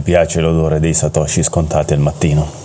piace l'odore dei satoshi scontati al mattino.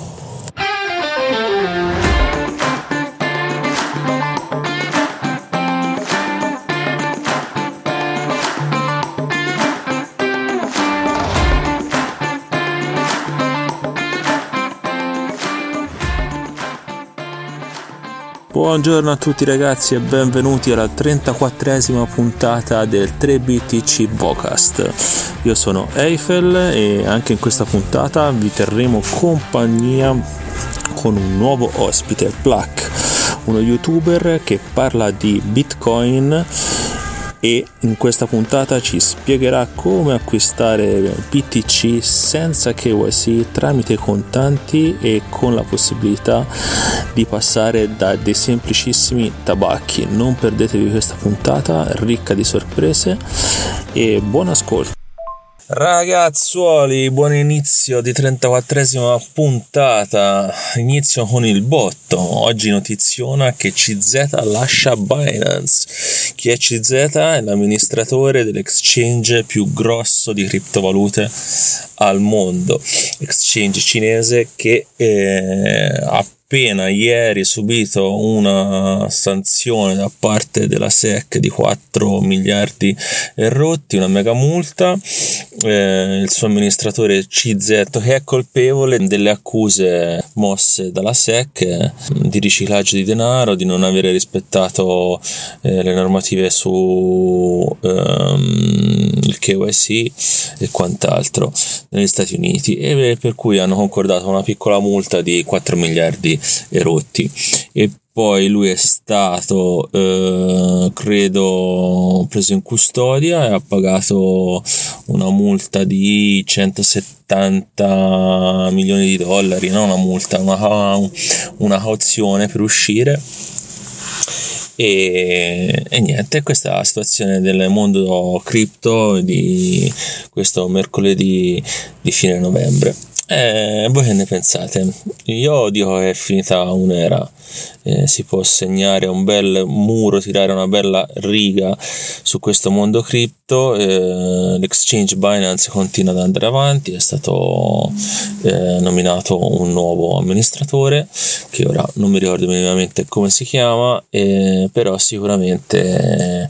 Buongiorno a tutti ragazzi e benvenuti alla 34esima puntata del 3BTC Vocast. Io sono Eiffel e anche in questa puntata vi terremo compagnia con un nuovo ospite, Pluck, uno youtuber che parla di Bitcoin e in questa puntata ci spiegherà come acquistare BTC senza KYC tramite contanti e con la possibilità di passare da dei semplicissimi tabacchi. Non perdetevi questa puntata ricca di sorprese e buon ascolto. Ragazzuoli, buon inizio di 34esima puntata. Inizio con il botto. Oggi notiziona che CZ lascia Binance. Chi è CZ? È l'amministratore dell'exchange più grosso di criptovalute al mondo, exchange cinese che appena ieri subito una sanzione da parte della SEC di 4 miliardi e rotti, una mega multa. Il suo amministratore CZ, che è colpevole delle accuse mosse dalla SEC di riciclaggio di denaro, di non avere rispettato le normative su il KYC e quant'altro negli Stati Uniti, e per cui hanno concordato una piccola multa di 4 miliardi e rotti. E poi lui è stato credo preso in custodia e ha pagato una multa di 170 milioni di dollari, non una multa, una cauzione per uscire. E niente, questa è la situazione del mondo cripto di questo mercoledì di fine novembre. Voi che ne pensate? Io dico che è finita un'era, si può segnare un bel muro, tirare una bella riga su questo mondo cripto. L'exchange Binance continua ad andare avanti, è stato nominato un nuovo amministratore che ora non mi ricordo minimamente come si chiama, però sicuramente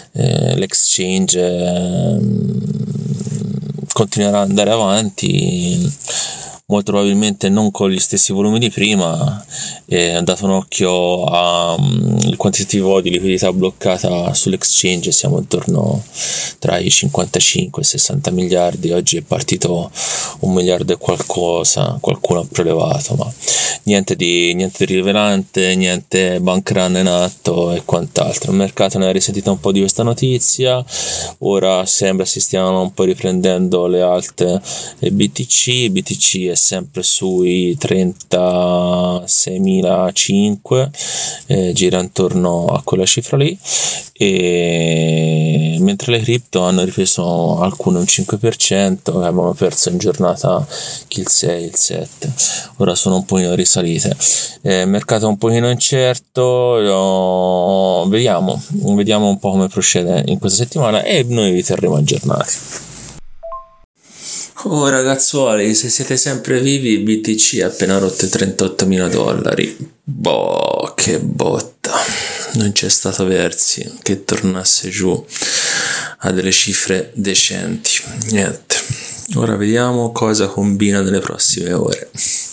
l'exchange continuerà ad andare avanti, molto probabilmente non con gli stessi volumi di prima. Ho dato un occhio al quantitativo di liquidità bloccata sull'exchange, siamo intorno tra i 55 e 60 miliardi, oggi è partito 1 miliardo e qualcosa, qualcuno ha prelevato, ma niente di rilevante, niente bank run in atto e quant'altro. Il mercato ne ha risentito un po' di questa notizia, ora sembra si stiano un po' riprendendo le alte BTC è sempre sui 36.500, gira intorno a quella cifra lì, e mentre le cripto hanno ripreso alcune un 5%, avevano perso in giornata il 6, il 7, ora sono un pochino risalite. Mercato un pochino incerto, vediamo un po' come procede in questa settimana e noi vi terremo aggiornati. Oh ragazzuoli, se siete sempre vivi, BTC ha appena rotto i 38.000 dollari. Boh, che botta. Non c'è stato versi che tornasse giù a delle cifre decenti. Niente. Ora vediamo cosa combina nelle prossime ore.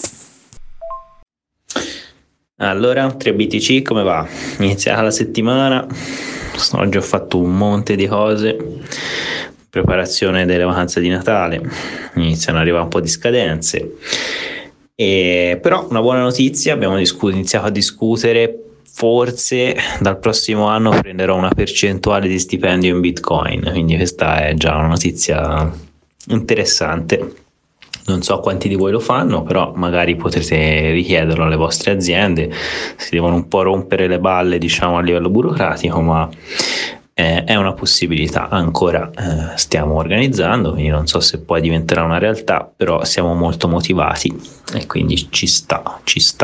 Allora, 3BTC come va? Iniziata la settimana. Oggi ho fatto un monte di cose. Preparazione delle vacanze di Natale, iniziano ad arrivare un po' di scadenze, però una buona notizia, abbiamo iniziato a discutere, forse dal prossimo anno prenderò una percentuale di stipendio in Bitcoin, quindi questa è già una notizia interessante. Non so quanti di voi lo fanno, però magari potrete richiederlo alle vostre aziende, si devono un po' rompere le balle, diciamo, a livello burocratico, ma è una possibilità. Ancora stiamo organizzando, quindi non so se poi diventerà una realtà, però siamo molto motivati e quindi ci sta.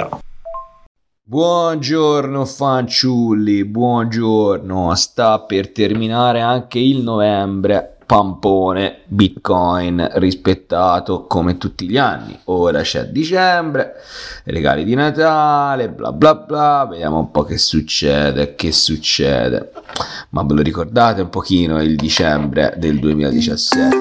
Buongiorno fanciulli, buongiorno. Sta per terminare anche il novembre, pampone Bitcoin rispettato come tutti gli anni. Ora c'è dicembre, regali di Natale, bla bla bla, vediamo un po' che succede. Ma ve lo ricordate un pochino il dicembre del 2017?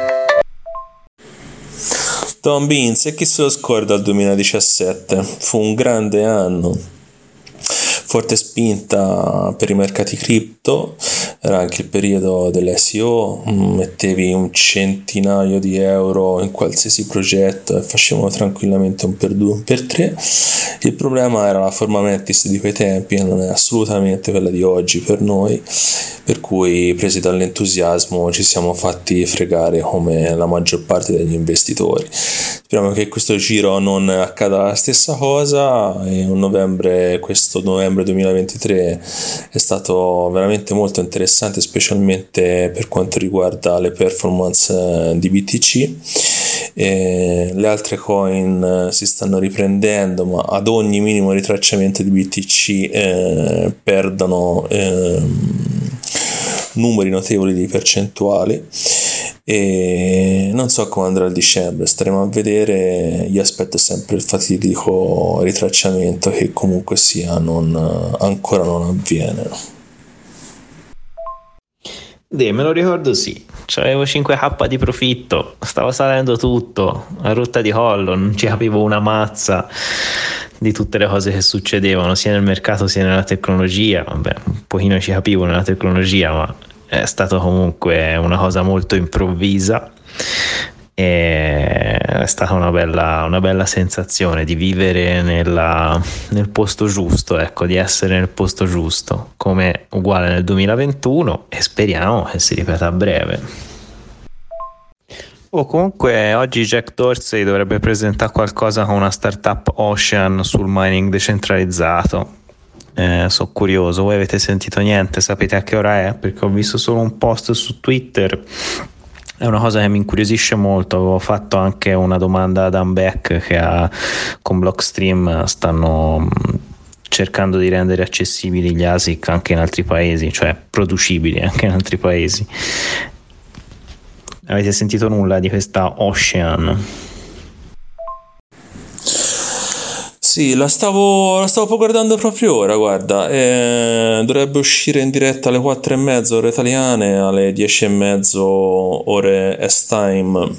Tom Beans, e chi se lo scorda il 2017? Fu un grande anno. Forte spinta per i mercati cripto, era anche il periodo dell'SEO, mettevi un centinaio di euro in qualsiasi progetto e facevano tranquillamente un per 2, un per 3. Il problema era la forma mentis di quei tempi e non è assolutamente quella di oggi per noi, per cui presi dall'entusiasmo ci siamo fatti fregare come la maggior parte degli investitori. Speriamo che questo giro non accada la stessa cosa e questo novembre 2023 è stato veramente molto interessante, specialmente per quanto riguarda le performance di BTC. Le altre coin si stanno riprendendo, ma ad ogni minimo ritracciamento di BTC perdono numeri notevoli di percentuali. E non so come andrà il dicembre, staremo a vedere. Io aspetto sempre il fatidico ritracciamento che comunque sia ancora non avviene. Me lo ricordo, sì, c'avevo 5k di profitto, stava salendo tutto a rotta di collo, non ci capivo una mazza di tutte le cose che succedevano sia nel mercato sia nella tecnologia. Vabbè, un pochino ci capivo nella tecnologia, ma è stato comunque una cosa molto improvvisa e è stata una bella sensazione di vivere nel posto giusto, ecco, di essere nel posto giusto, come uguale nel 2021, e speriamo che si ripeta a breve. Comunque oggi Jack Dorsey dovrebbe presentare qualcosa con una startup Ocean sul mining decentralizzato. Sono curioso, voi avete sentito niente? Sapete a che ora è? Perché ho visto solo un post su Twitter. È una cosa che mi incuriosisce molto. Avevo fatto anche una domanda ad Unback che con Blockstream stanno cercando di rendere accessibili gli ASIC anche in altri paesi, cioè producibili anche in altri paesi. Avete sentito nulla di questa Ocean? Sì, la stavo guardando proprio ora, guarda, dovrebbe uscire in diretta alle 4:30 ore italiane, alle 10:30 ore S-Time,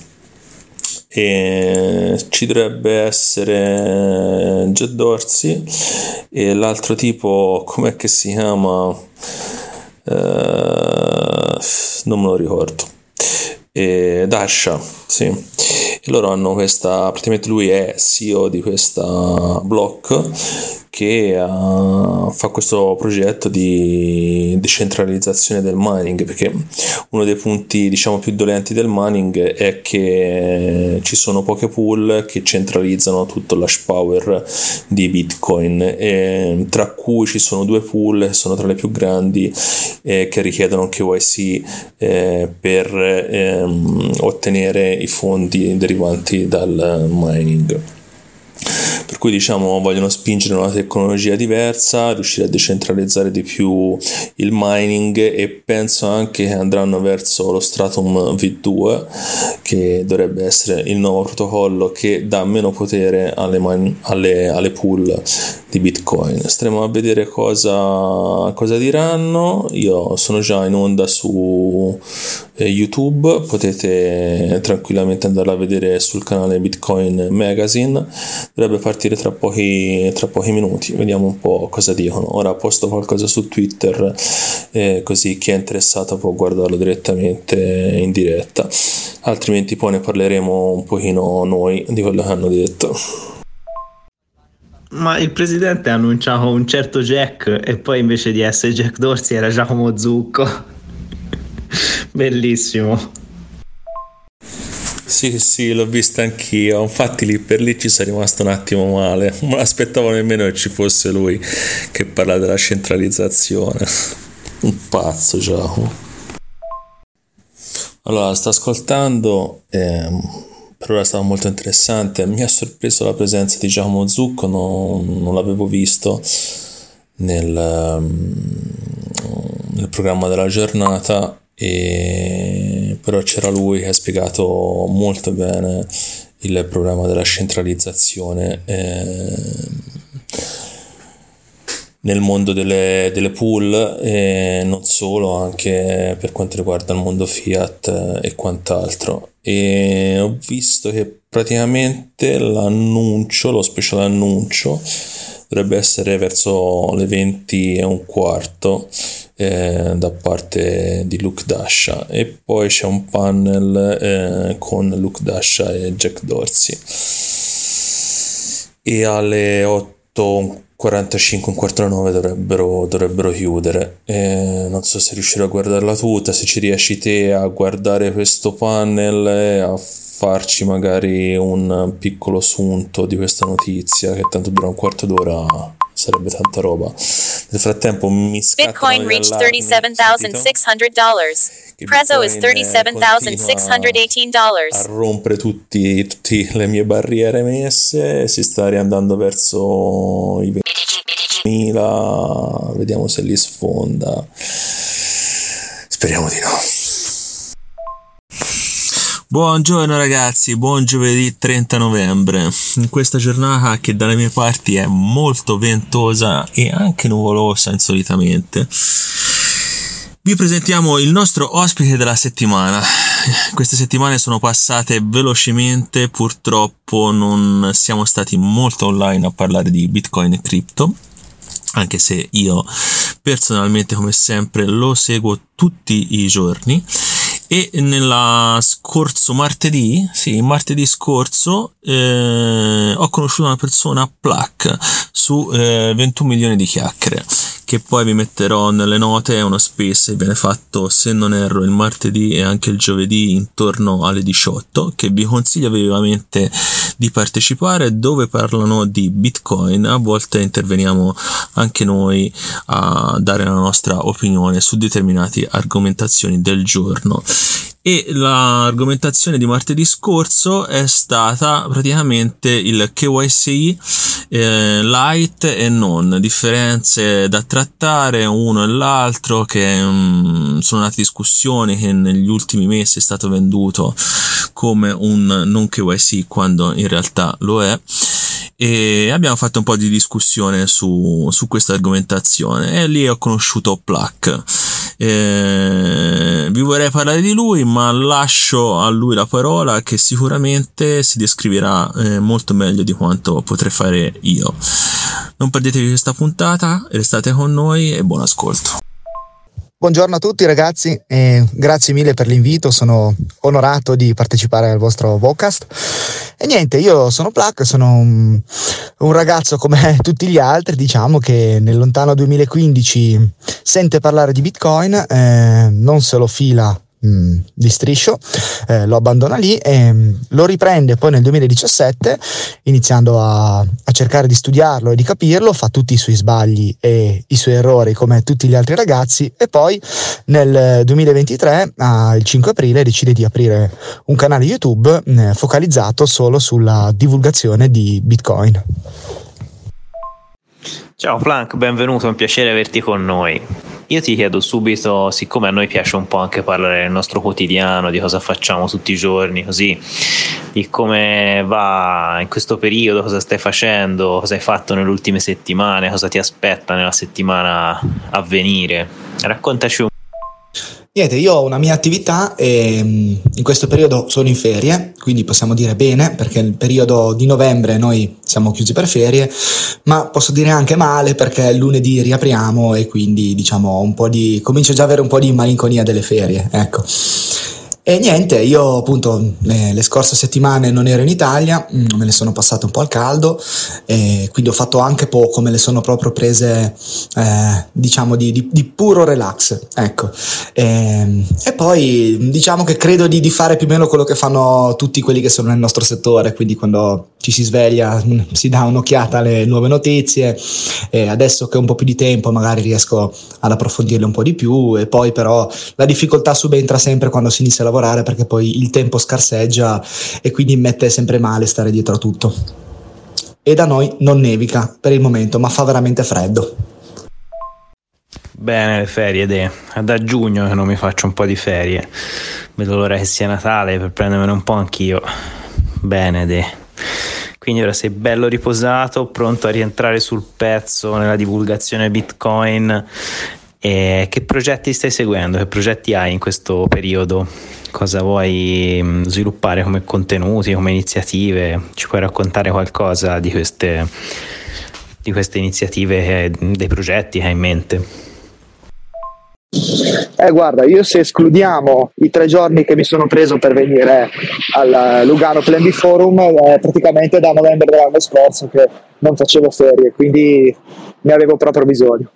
e ci dovrebbe essere Jack Dorsey e l'altro tipo, com'è che si chiama? Non me lo ricordo. Dasha, sì. E loro hanno praticamente lui è CEO di questa Block che fa questo progetto di decentralizzazione del mining, perché uno dei punti diciamo più dolenti del mining è che ci sono poche pool che centralizzano tutto l'hash power di Bitcoin, tra cui ci sono 2 pool che sono tra le più grandi che richiedono KYC per ottenere i fondi derivanti dal mining. Per cui diciamo vogliono spingere una tecnologia diversa, riuscire a decentralizzare di più il mining, e penso anche che andranno verso lo Stratum V2, che dovrebbe essere il nuovo protocollo che dà meno potere alle pool di Bitcoin. Staremo a vedere cosa diranno. Io sono già in onda su YouTube, potete tranquillamente andarla a vedere sul canale Bitcoin Magazine. Dovrebbe partire tra pochi minuti, vediamo un po' cosa dicono. Ora posto qualcosa su Twitter, così chi è interessato può guardarlo direttamente in diretta, altrimenti poi ne parleremo un pochino noi di quello che hanno detto. Ma il presidente ha annunciato un certo Jack e poi invece di essere Jack Dorsey era Giacomo Zucco. Bellissimo. Sì, l'ho vista anch'io, infatti lì per lì ci sono rimasto un attimo male, non me l'aspettavo nemmeno che ci fosse lui che parla della centralizzazione. Un pazzo Giacomo. Allora, sto ascoltando, per ora è stato molto interessante. Mi ha sorpreso la presenza di Giacomo Zucco, non l'avevo visto nel programma della giornata, e però c'era lui che ha spiegato molto bene il problema della centralizzazione nel mondo delle pool, e non solo, anche per quanto riguarda il mondo Fiat e quant'altro. E ho visto che praticamente lo speciale annuncio dovrebbe essere verso le 20:15 da parte di Luke Dasha, e poi c'è un panel con Luke Dasha e Jack Dorsey, e alle 8:45, un quarto alle 9 dovrebbero chiudere. Non so se riuscirò a guardarla tutta. Se ci riesci te a guardare questo panel e a farci magari un piccolo sunto di questa notizia, che tanto dura un quarto d'ora, sarebbe tanta roba. Nel frattempo mi scattano Bitcoin reached $37,600. Prezzo is $37,618. a rompere tutte le mie barriere messe, si sta riandando verso i 20.000, vediamo se li sfonda, speriamo di no. Buongiorno ragazzi, buon giovedì 30 novembre, in questa giornata che dalle mie parti è molto ventosa e anche nuvolosa insolitamente. Vi presentiamo il nostro ospite della settimana. Queste settimane sono passate velocemente, purtroppo non siamo stati molto online a parlare di Bitcoin e cripto, anche se io personalmente, come sempre, lo seguo tutti i giorni. E nella scorso martedì scorso, ho conosciuto una persona, Plak, su 21 milioni di chiacchiere, che poi vi metterò nelle note. È uno space che viene fatto, se non erro, il martedì e anche il giovedì intorno alle 18, che vi consiglio vivamente di partecipare, dove parlano di Bitcoin. A volte interveniamo anche noi a dare la nostra opinione su determinate argomentazioni del giorno. E l'argomentazione di martedì scorso è stata praticamente il KYC light e non, differenze da trattare uno e l'altro, che sono nate discussioni che negli ultimi mesi è stato venduto come un non KYC quando in realtà lo è. E abbiamo fatto un po' di discussione su questa argomentazione, e lì ho conosciuto Plak. Vi vorrei parlare di lui, ma lascio a lui la parola, che sicuramente si descriverà molto meglio di quanto potrei fare io. Non perdetevi questa puntata, restate con noi e buon ascolto. Buongiorno a tutti ragazzi, e grazie mille per l'invito, sono onorato di partecipare al vostro podcast. E niente, io sono Plak, sono un ragazzo come tutti gli altri, diciamo, che nel lontano 2015 sente parlare di Bitcoin, non se lo fila di striscio, lo abbandona lì e lo riprende poi nel 2017, iniziando a cercare di studiarlo e di capirlo. Fa tutti i suoi sbagli e i suoi errori come tutti gli altri ragazzi, e poi nel 2023, il 5 aprile, decide di aprire un canale YouTube focalizzato solo sulla divulgazione di Bitcoin. Ciao Plank, benvenuto, è un piacere averti con noi. Io ti chiedo subito, siccome a noi piace un po' anche parlare del nostro quotidiano, di cosa facciamo tutti i giorni, così, di come va in questo periodo, cosa stai facendo, cosa hai fatto nelle ultime settimane, cosa ti aspetta nella settimana a venire. Raccontaci un po'. Niente, io ho una mia attività e in questo periodo sono in ferie, quindi possiamo dire bene, perché nel periodo di novembre noi siamo chiusi per ferie, ma posso dire anche male, perché il lunedì riapriamo e quindi diciamo comincio già ad avere un po' di malinconia delle ferie, ecco. E niente, io appunto le scorse settimane non ero in Italia, me le sono passate un po' al caldo, e quindi ho fatto anche poco, me le sono proprio prese diciamo di puro relax, ecco. E poi diciamo che credo di fare più o meno quello che fanno tutti quelli che sono nel nostro settore, quindi quando ci si sveglia si dà un'occhiata alle nuove notizie, e adesso che ho un po' più di tempo magari riesco ad approfondirle un po' di più, e poi però la difficoltà subentra sempre quando si inizia a lavorare, perché poi il tempo scarseggia e quindi mette sempre male stare dietro a tutto. E da noi non nevica per il momento, ma fa veramente freddo. Bene, le ferie, è da giugno che non mi faccio un po' di ferie. Vedo l'ora che sia Natale per prendermene un po' anch'io. Bene, quindi ora sei bello riposato, pronto a rientrare sul pezzo nella divulgazione Bitcoin. E che progetti stai seguendo? Che progetti hai in questo periodo? Cosa vuoi sviluppare come contenuti, come iniziative? Ci puoi raccontare qualcosa di queste iniziative, dei progetti che hai in mente? Guarda, io se escludiamo i 3 giorni che mi sono preso per venire al Lugano Plan B Forum, praticamente da novembre dell'anno scorso che non facevo ferie, quindi ne avevo proprio bisogno.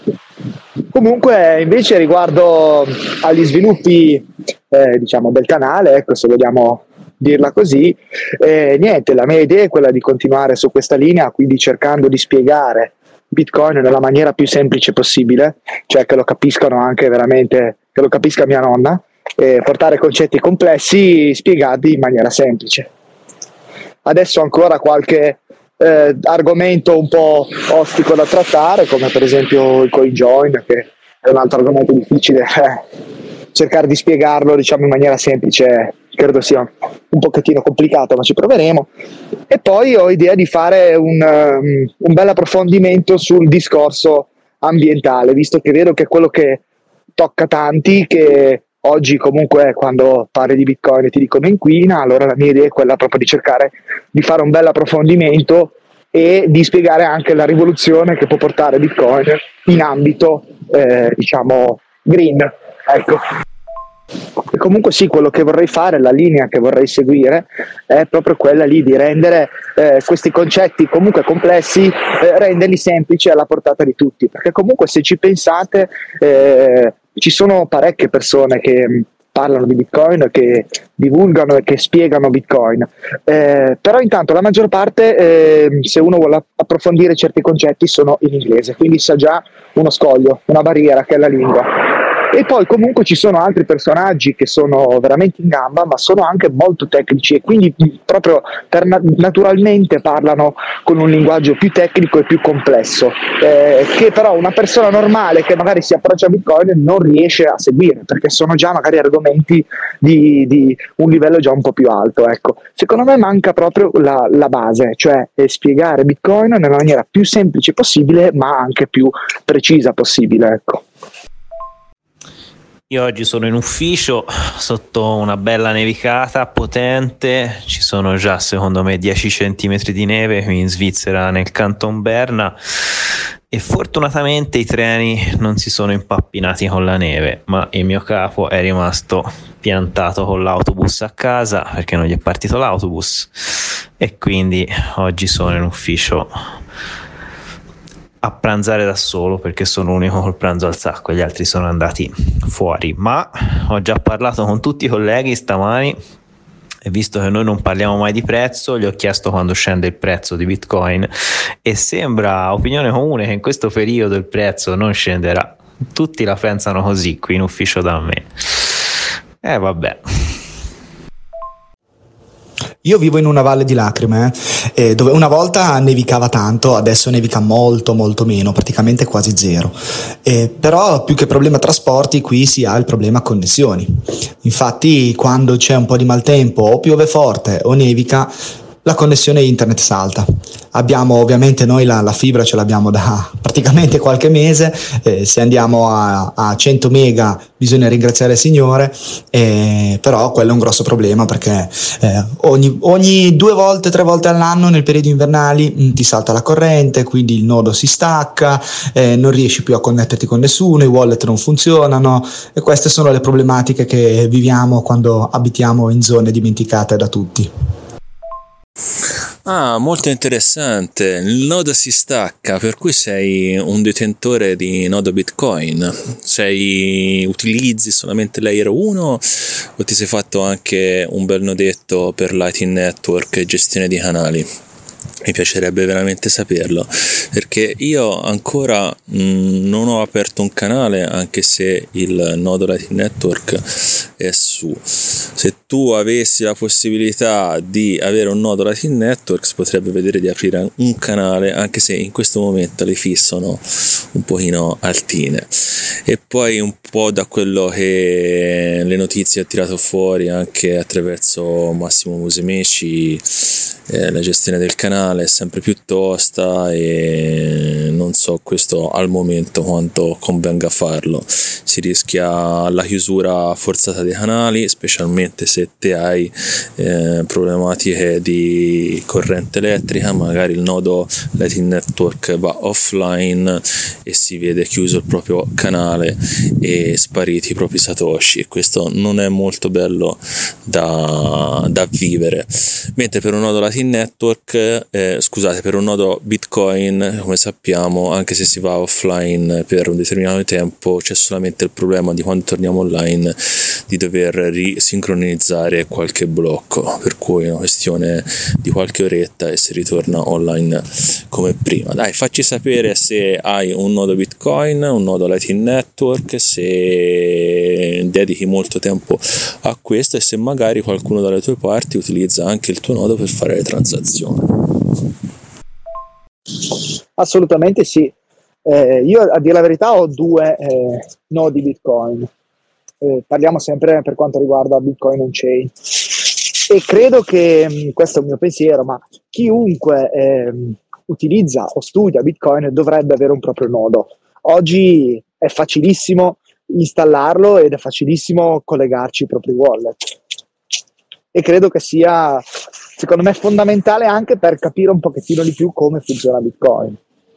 Comunque invece riguardo agli sviluppi diciamo del canale, ecco, se vogliamo dirla così, niente, la mia idea è quella di continuare su questa linea, quindi cercando di spiegare Bitcoin nella maniera più semplice possibile, cioè che lo capiscano anche veramente, che lo capisca mia nonna, e portare concetti complessi spiegati in maniera semplice. Adesso ancora qualche argomento un po' ostico da trattare, come per esempio il CoinJoin, che è un altro argomento difficile, cercare di spiegarlo diciamo in maniera semplice credo sia un pochettino complicato, ma ci proveremo. E poi ho idea di fare un bel approfondimento sul discorso ambientale, visto che vedo che è quello che tocca tanti, che oggi comunque quando parli di Bitcoin ti dicono inquina. Allora la mia idea è quella proprio di cercare di fare un bel approfondimento e di spiegare anche la rivoluzione che può portare Bitcoin in ambito diciamo green, ecco. E comunque sì, quello che vorrei fare, la linea che vorrei seguire è proprio quella lì di rendere questi concetti comunque complessi, renderli semplici alla portata di tutti, perché comunque se ci pensate ci sono parecchie persone che parlano di Bitcoin, che divulgano e che spiegano Bitcoin, però intanto la maggior parte se uno vuole approfondire certi concetti sono in inglese, quindi sa già uno scoglio, una barriera che è la lingua. E poi comunque ci sono altri personaggi che sono veramente in gamba, ma sono anche molto tecnici e quindi proprio naturalmente parlano con un linguaggio più tecnico e più complesso, che però una persona normale che magari si approccia a Bitcoin non riesce a seguire, perché sono già magari argomenti di un livello già un po' più alto. Ecco, secondo me manca proprio la base, cioè spiegare Bitcoin nella maniera più semplice possibile, ma anche più precisa possibile. Ecco. Io oggi sono in ufficio sotto una bella nevicata potente, ci sono già secondo me 10 centimetri di neve qui in Svizzera nel Canton Berna e fortunatamente i treni non si sono impappinati con la neve, ma il mio capo è rimasto piantato con l'autobus a casa perché non gli è partito l'autobus e quindi oggi sono in ufficio a pranzare da solo perché sono l'unico col pranzo al sacco e gli altri sono andati fuori, ma ho già parlato con tutti i colleghi stamani e visto che noi non parliamo mai di prezzo gli ho chiesto quando scende il prezzo di Bitcoin e sembra opinione comune che in questo periodo il prezzo non scenderà, tutti la pensano così qui in ufficio da me. Vabbè. Io vivo in una valle di lacrime, dove una volta nevicava tanto, adesso nevica molto molto meno, praticamente quasi zero. Però più che problema trasporti qui si ha il problema connessioni. Infatti quando c'è un po' di maltempo o piove forte o nevica, la connessione internet salta. Abbiamo ovviamente noi la fibra ce l'abbiamo da praticamente qualche mese, se andiamo a 100 mega bisogna ringraziare il Signore, però quello è un grosso problema perché ogni 2 volte 3 volte all'anno nel periodo invernali ti salta la corrente, quindi il nodo si stacca, non riesci più a connetterti con nessuno, i wallet non funzionano e queste sono le problematiche che viviamo quando abitiamo in zone dimenticate da tutti. Ah, molto interessante. Il nodo si stacca, per cui sei un detentore di nodo Bitcoin. Utilizzi solamente Layer 1 o ti sei fatto anche un bel nodetto per Lightning Network e gestione di canali? Mi piacerebbe veramente saperlo, perché io ancora non ho aperto un canale, anche se il nodo Lightning Network è su. Se tu avessi la possibilità di avere un nodo Lightning Network, si potrebbe vedere di aprire un canale, anche se in questo momento le fee sono un pochino altine. E poi un po' da quello che le notizie ho tirato fuori anche attraverso Massimo Musumeci, la gestione del canale è sempre più tosta e non so questo al momento quanto convenga farlo. Si rischia la chiusura forzata dei canali, specialmente se te hai problematiche di corrente elettrica, magari il nodo Lightning Network va offline e si vede chiuso il proprio canale e spariti i propri satoshi, e questo non è molto bello da vivere. Mentre per un nodo Lightning Network, per un nodo Bitcoin, come sappiamo, anche se si va offline per un determinato tempo, c'è solamente il problema di quando torniamo online di dover risincronizzare qualche blocco, per cui è una questione di qualche oretta e si ritorna online come prima. Dai, facci sapere se hai un nodo Bitcoin, un nodo Lightning Network, se dedichi molto tempo a questo e se magari qualcuno dalle tue parti utilizza anche il tuo nodo per fare le transazioni. Assolutamente sì. Io, a dire la verità, ho due nodi Bitcoin. Parliamo sempre per quanto riguarda Bitcoin on-chain. E credo che, questo è il mio pensiero, ma chiunque utilizza o studia Bitcoin dovrebbe avere un proprio nodo. Oggi è facilissimo installarlo ed è facilissimo collegarci ai propri wallet. E credo che sia, secondo me, fondamentale anche per capire un pochettino di più come funziona Bitcoin.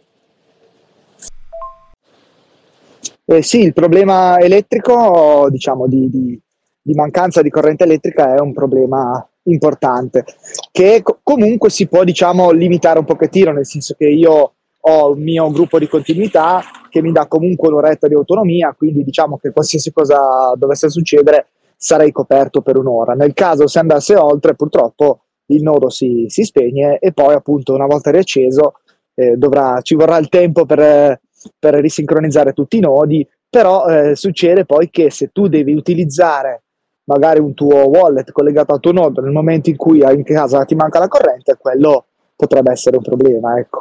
Sì, il problema elettrico, diciamo, di mancanza di corrente elettrica è un problema importante, che comunque si può, diciamo, limitare un pochettino, nel senso che io ho il mio gruppo di continuità che mi dà comunque un'oretta di autonomia, quindi diciamo che qualsiasi cosa dovesse succedere sarei coperto per un'ora. Nel caso se andasse oltre, purtroppo il nodo si spegne e poi, appunto, una volta riacceso ci vorrà il tempo per risincronizzare tutti i nodi, però succede poi che se tu devi utilizzare magari un tuo wallet collegato al tuo nodo nel momento in cui in casa ti manca la corrente, quello potrebbe essere un problema, ecco.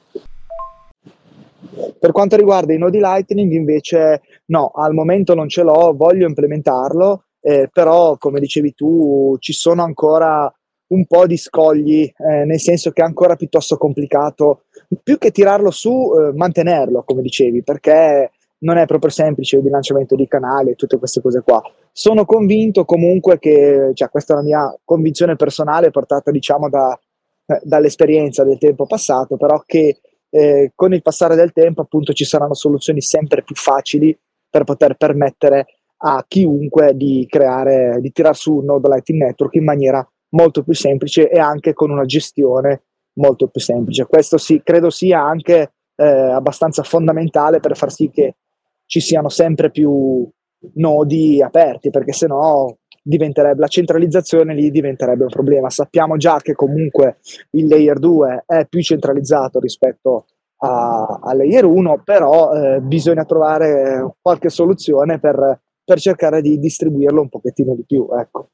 Per quanto riguarda i nodi Lightning, invece, no, al momento non ce l'ho, voglio implementarlo, però come dicevi tu ci sono ancora un po' di scogli, nel senso che è ancora piuttosto complicato, più che tirarlo su, mantenerlo, come dicevi, perché non è proprio semplice il bilanciamento di canali e tutte queste cose qua. Sono convinto comunque che, cioè, questa è la mia convinzione personale portata, diciamo, dall'esperienza del tempo passato, però che con il passare del tempo, appunto, ci saranno soluzioni sempre più facili per poter permettere a chiunque di tirar su un nodo Lightning Network in maniera molto più semplice e anche con una gestione molto più semplice. Questo credo sia anche abbastanza fondamentale per far sì che ci siano sempre più nodi aperti, perché sennò la centralizzazione lì diventerebbe un problema. Sappiamo già che comunque il layer 2 è più centralizzato rispetto al layer 1, però bisogna trovare qualche soluzione per cercare di distribuirlo un pochettino di più, ecco.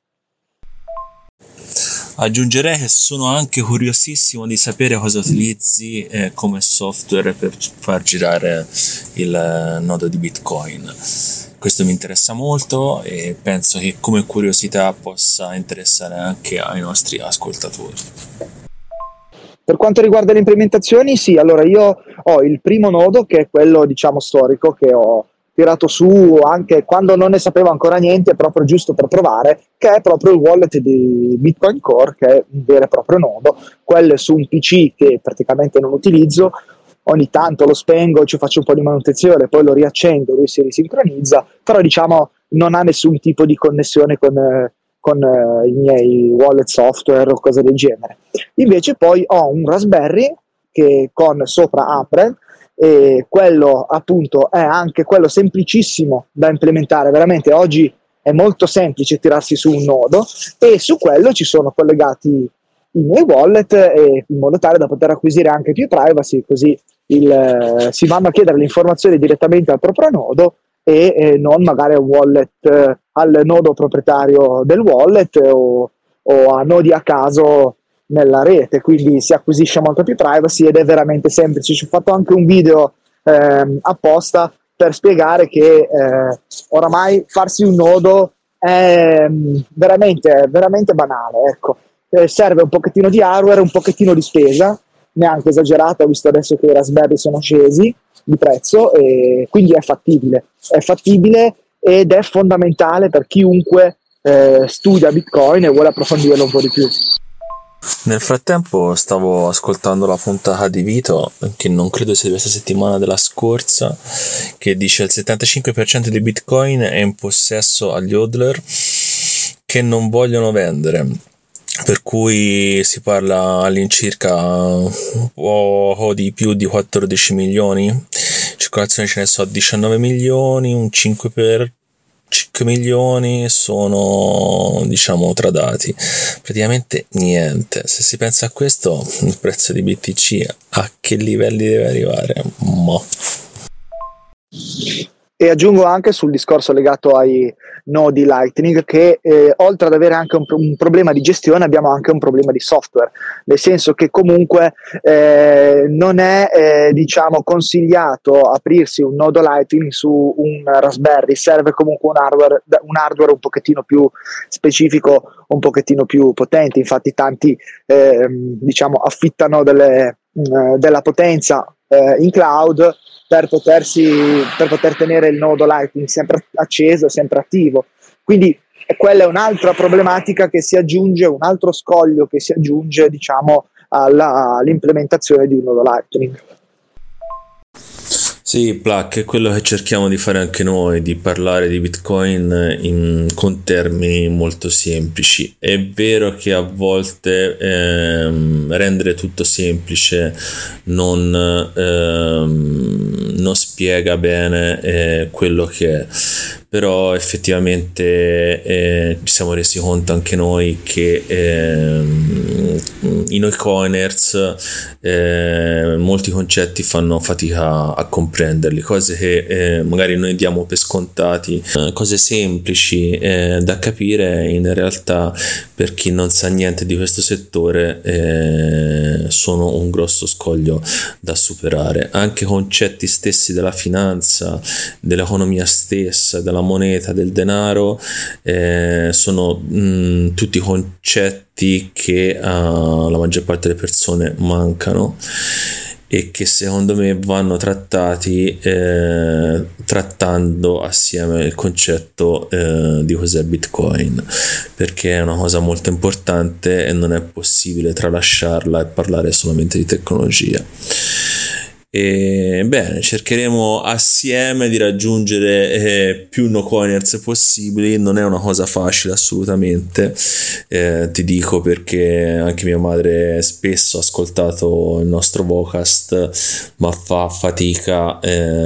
Aggiungerei che sono anche curiosissimo di sapere cosa utilizzi come software per far girare il nodo di Bitcoin. Questo mi interessa molto e penso che come curiosità possa interessare anche ai nostri ascoltatori. Per quanto riguarda le implementazioni, sì, allora io ho il primo nodo, che è quello, diciamo, storico, che ho tirato su anche quando non ne sapevo ancora niente, proprio giusto per provare, che è proprio il wallet di Bitcoin Core, che è un vero e proprio nodo. Quello è su un PC che praticamente non utilizzo, ogni tanto lo spengo, ci faccio un po' di manutenzione, poi lo riaccendo, lui si risincronizza, però, diciamo, non ha nessun tipo di connessione con i miei wallet software o cose del genere. Invece poi ho un Raspberry che con sopra Apple, e quello, appunto, è anche quello semplicissimo da implementare. Veramente oggi è molto semplice tirarsi su un nodo, e su quello ci sono collegati i miei wallet, in modo tale da poter acquisire anche più privacy, così si vanno a chiedere le informazioni direttamente al proprio nodo e non magari a un wallet, al nodo proprietario del wallet o a nodi a caso nella rete, quindi si acquisisce molto più privacy ed è veramente semplice. Ci ho fatto anche un video apposta per spiegare che oramai farsi un nodo è veramente banale, ecco. Serve un pochettino di hardware, un pochettino di spesa, neanche esagerato, visto adesso che i Raspberry sono scesi di prezzo, e quindi è fattibile ed è fondamentale per chiunque studia Bitcoin e vuole approfondirlo un po' di più. Nel frattempo stavo ascoltando la puntata di Vito, che non credo sia di questa settimana, della scorsa, che dice il 75% di Bitcoin è in possesso agli hodler che non vogliono vendere, per cui si parla all'incirca di più di 14 milioni, circolazione ce ne so 19 milioni, un 5 milioni sono, diciamo, tradati, praticamente niente. Se si pensa a questo, il prezzo di BTC a che livelli deve arrivare? E aggiungo anche sul discorso legato ai nodi Lightning che oltre ad avere anche un problema di gestione, abbiamo anche un problema di software, nel senso che comunque non è diciamo consigliato aprirsi un nodo Lightning su un Raspberry, serve comunque un hardware un pochettino più specifico, un pochettino più potente. Infatti tanti diciamo affittano della potenza in cloud per poter tenere il nodo Lightning sempre acceso, sempre attivo. Quindi quella è un'altra problematica che si aggiunge, un altro scoglio che si aggiunge, diciamo, all'implementazione di un nodo Lightning. Sì, Plac, è quello che cerchiamo di fare anche noi, di parlare di Bitcoin con termini molto semplici. È vero che a volte rendere tutto semplice non spiega bene quello che è, però effettivamente ci siamo resi conto anche noi che i noi coiners molti concetti fanno fatica a comprenderli, cose che magari noi diamo per scontati, cose semplici da capire, in realtà per chi non sa niente di questo settore sono un grosso scoglio da superare. Anche concetti stessi della finanza, dell'economia stessa, della moneta, del denaro, sono tutti concetti che alla maggior parte delle persone mancano e che secondo me vanno trattati trattando assieme il concetto di cos'è Bitcoin, perché è una cosa molto importante e non è possibile tralasciarla e parlare solamente di tecnologia. E bene, cercheremo assieme di raggiungere più no coiners possibili. Non è una cosa facile assolutamente, ti dico, perché anche mia madre spesso ha ascoltato il nostro vocast ma fa fatica,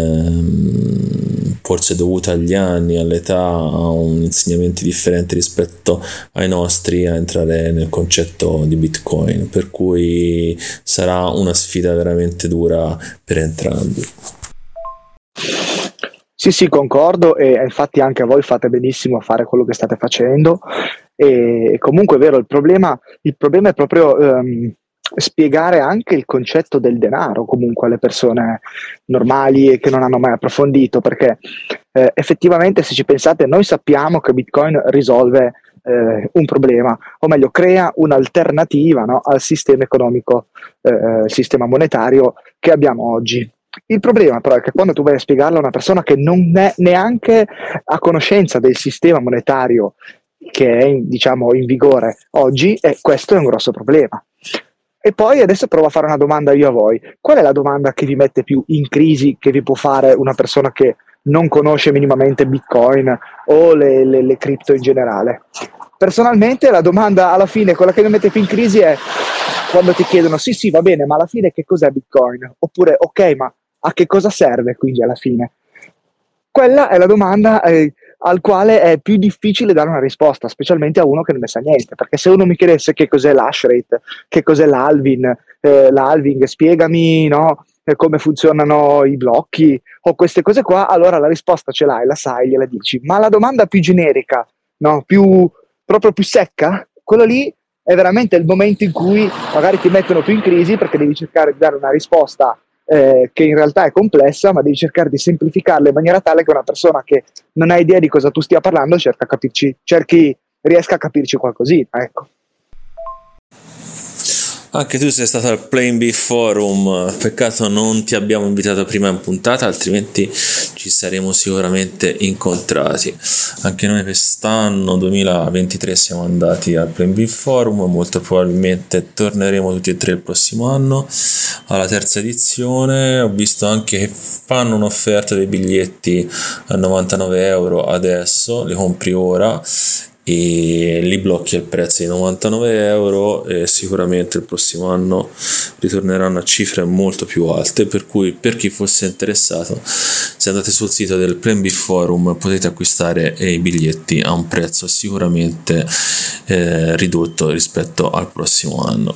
forse dovuta agli anni, all'età, a un insegnamenti differenti rispetto ai nostri, a entrare nel concetto di Bitcoin, per cui sarà una sfida veramente dura per entrambi. Sì, concordo, e infatti anche voi fate benissimo a fare quello che state facendo, e comunque è vero, il problema è proprio spiegare anche il concetto del denaro comunque alle persone normali e che non hanno mai approfondito, perché effettivamente, se ci pensate, noi sappiamo che Bitcoin risolve un problema, o meglio crea un'alternativa, no, al sistema economico, sistema monetario che abbiamo oggi. Il problema però è che quando tu vai a spiegarlo a una persona che non è neanche a conoscenza del sistema monetario che è diciamo in vigore oggi, questo è un grosso problema. E poi adesso provo a fare una domanda io a voi: qual è la domanda che vi mette più in crisi, che vi può fare una persona che non conosce minimamente Bitcoin o le cripto in generale? Personalmente la domanda alla fine, quella che mi mette più in crisi, è quando ti chiedono sì va bene, ma alla fine che cos'è Bitcoin? Oppure ok, ma a che cosa serve quindi alla fine? Quella è la domanda al quale è più difficile dare una risposta, specialmente a uno che non ne sa niente, perché se uno mi chiedesse che cos'è l'hash rate, che cos'è l'halving, spiegami, no, come funzionano i blocchi o queste cose qua, allora la risposta ce l'hai, la sai, gliela dici. Ma la domanda più generica, no, proprio più secca, quello lì è veramente il momento in cui magari ti mettono più in crisi, perché devi cercare di dare una risposta che in realtà è complessa, ma devi cercare di semplificarla in maniera tale che una persona che non ha idea di cosa tu stia parlando riesca a capirci qualcosina, ecco. Anche tu sei stato al Plan B Forum, peccato non ti abbiamo invitato prima in puntata, altrimenti ci saremmo sicuramente incontrati. Anche noi quest'anno 2023 siamo andati al Plan B Forum, molto probabilmente torneremo tutti e tre il prossimo anno alla terza edizione. Ho visto anche che fanno un'offerta dei biglietti a 99 euro adesso, li compri ora e li blocchi al prezzo di 99 euro e sicuramente il prossimo anno ritorneranno a cifre molto più alte, per cui per chi fosse interessato, se andate sul sito del Plan B Forum potete acquistare i biglietti a un prezzo sicuramente ridotto rispetto al prossimo anno.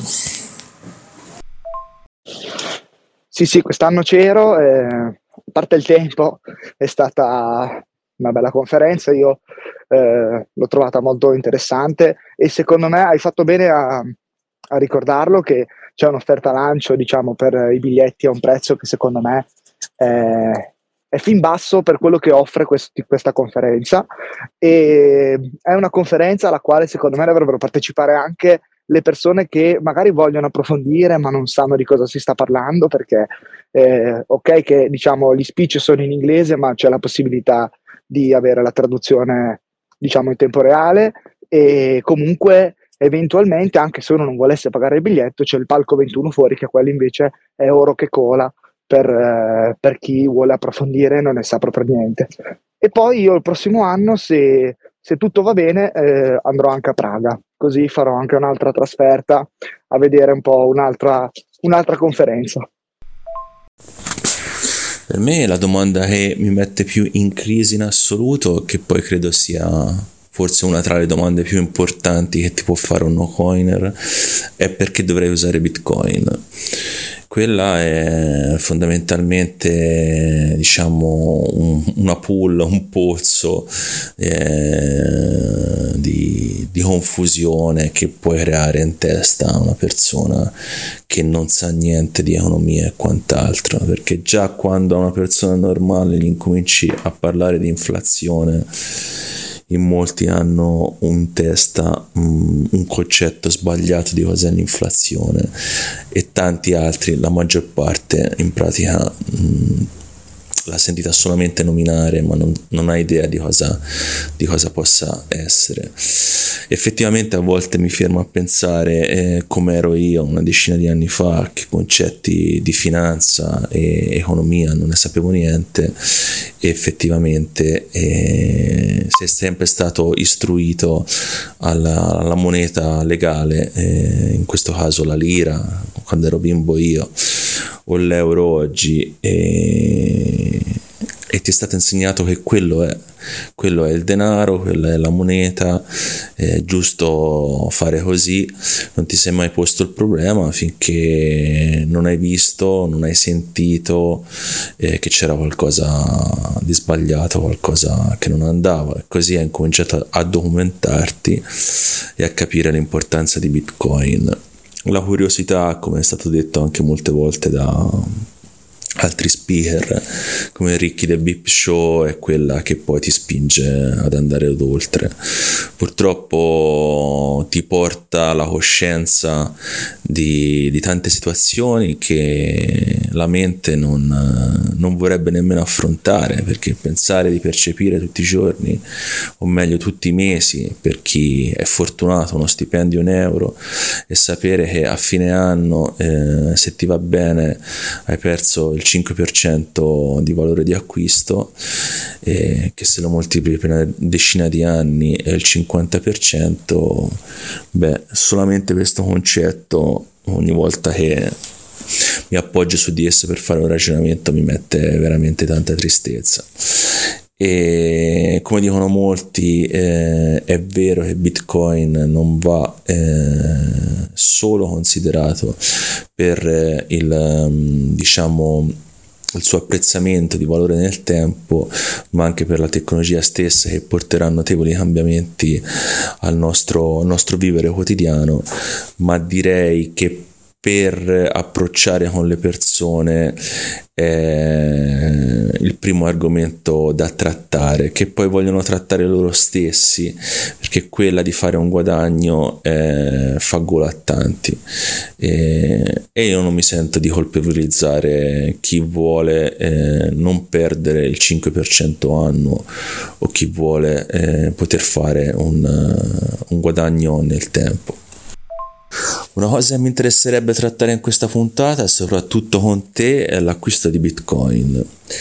Sì, quest'anno c'ero, a parte il tempo, è stata una bella conferenza, io l'ho trovata molto interessante e secondo me hai fatto bene a ricordarlo che c'è un'offerta lancio, diciamo, per i biglietti a un prezzo che secondo me è fin basso per quello che offre questa conferenza, e è una conferenza alla quale secondo me dovrebbero partecipare anche le persone che magari vogliono approfondire ma non sanno di cosa si sta parlando, perché ok che diciamo gli speech sono in inglese, ma c'è la possibilità di avere la traduzione diciamo in tempo reale, e comunque eventualmente anche se uno non volesse pagare il biglietto c'è il palco 21 fuori, che quello invece è oro che cola per chi vuole approfondire e non ne sa proprio niente. E poi io il prossimo anno, se tutto va bene, andrò anche a Praga, così farò anche un'altra trasferta a vedere un po' un'altra conferenza. Per me la domanda che mi mette più in crisi in assoluto, che poi credo sia forse una tra le domande più importanti che ti può fare un no-coiner, è perché dovrei usare Bitcoin. Quella è fondamentalmente, diciamo, una pool, un pozzo di confusione che puoi creare in testa a una persona che non sa niente di economia e quant'altro, perché già quando a una persona normale gli incominci a parlare di inflazione, in molti hanno in testa un concetto sbagliato di cos'è l'inflazione, e tanti altri, la maggior parte in pratica l'ha sentita solamente nominare, ma non ha idea di cosa possa essere. Effettivamente a volte mi fermo a pensare come ero io una decina di anni fa, che concetti di finanza e economia non ne sapevo niente, e effettivamente sei sempre stato istruito alla moneta legale, in questo caso la lira quando ero bimbo io, o l'euro oggi, e ti è stato insegnato che quello è il denaro, quella è la moneta, è giusto fare così. Non ti sei mai posto il problema finché non hai visto, non hai sentito che c'era qualcosa di sbagliato, qualcosa che non andava, e così hai incominciato a documentarti e a capire l'importanza di Bitcoin. La curiosità, come è stato detto anche molte volte da altri speaker come Ricky del Beep Show, è quella che poi ti spinge ad andare oltre. Purtroppo ti porta alla coscienza di tante situazioni che la mente non vorrebbe nemmeno affrontare, perché pensare di percepire tutti i giorni, o meglio tutti i mesi, per chi è fortunato, uno stipendio €1, e sapere che a fine anno, se ti va bene, hai perso il 5% di valore di acquisto, che se lo moltiplichi per una decina di anni è il 50%, solamente questo concetto, ogni volta che mi appoggio su di esso per fare un ragionamento, mi mette veramente tanta tristezza. E come dicono molti, è vero che Bitcoin non va solo considerato per diciamo il suo apprezzamento di valore nel tempo, ma anche per la tecnologia stessa, che porterà notevoli cambiamenti al nostro vivere quotidiano. Ma direi che per approcciare con le persone il primo argomento da trattare, che poi vogliono trattare loro stessi, perché quella di fare un guadagno fa gola a tanti, e io non mi sento di colpevolizzare chi vuole non perdere il 5% annuo, o chi vuole poter fare un guadagno nel tempo. Una cosa che mi interesserebbe trattare in questa puntata, soprattutto con te, è l'acquisto di Bitcoin.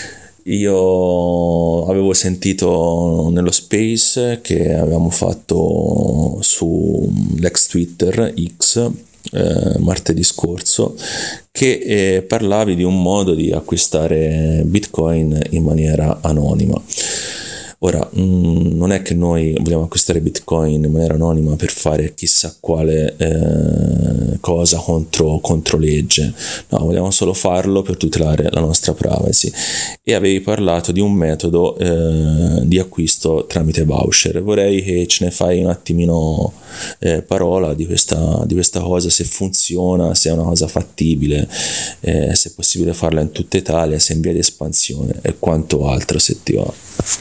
Io avevo sentito nello space che avevamo fatto su l'ex Twitter X martedì scorso, che parlavi di un modo di acquistare Bitcoin in maniera anonima. Ora, non è che noi vogliamo acquistare Bitcoin in maniera anonima per fare chissà quale cosa contro legge, no, vogliamo solo farlo per tutelare la nostra privacy. E avevi parlato di un metodo di acquisto tramite voucher. Vorrei che ce ne fai un attimino parola di questa cosa, se funziona, se è una cosa fattibile, se è possibile farla in tutta Italia, se è in via di espansione e quanto altro, se ti va.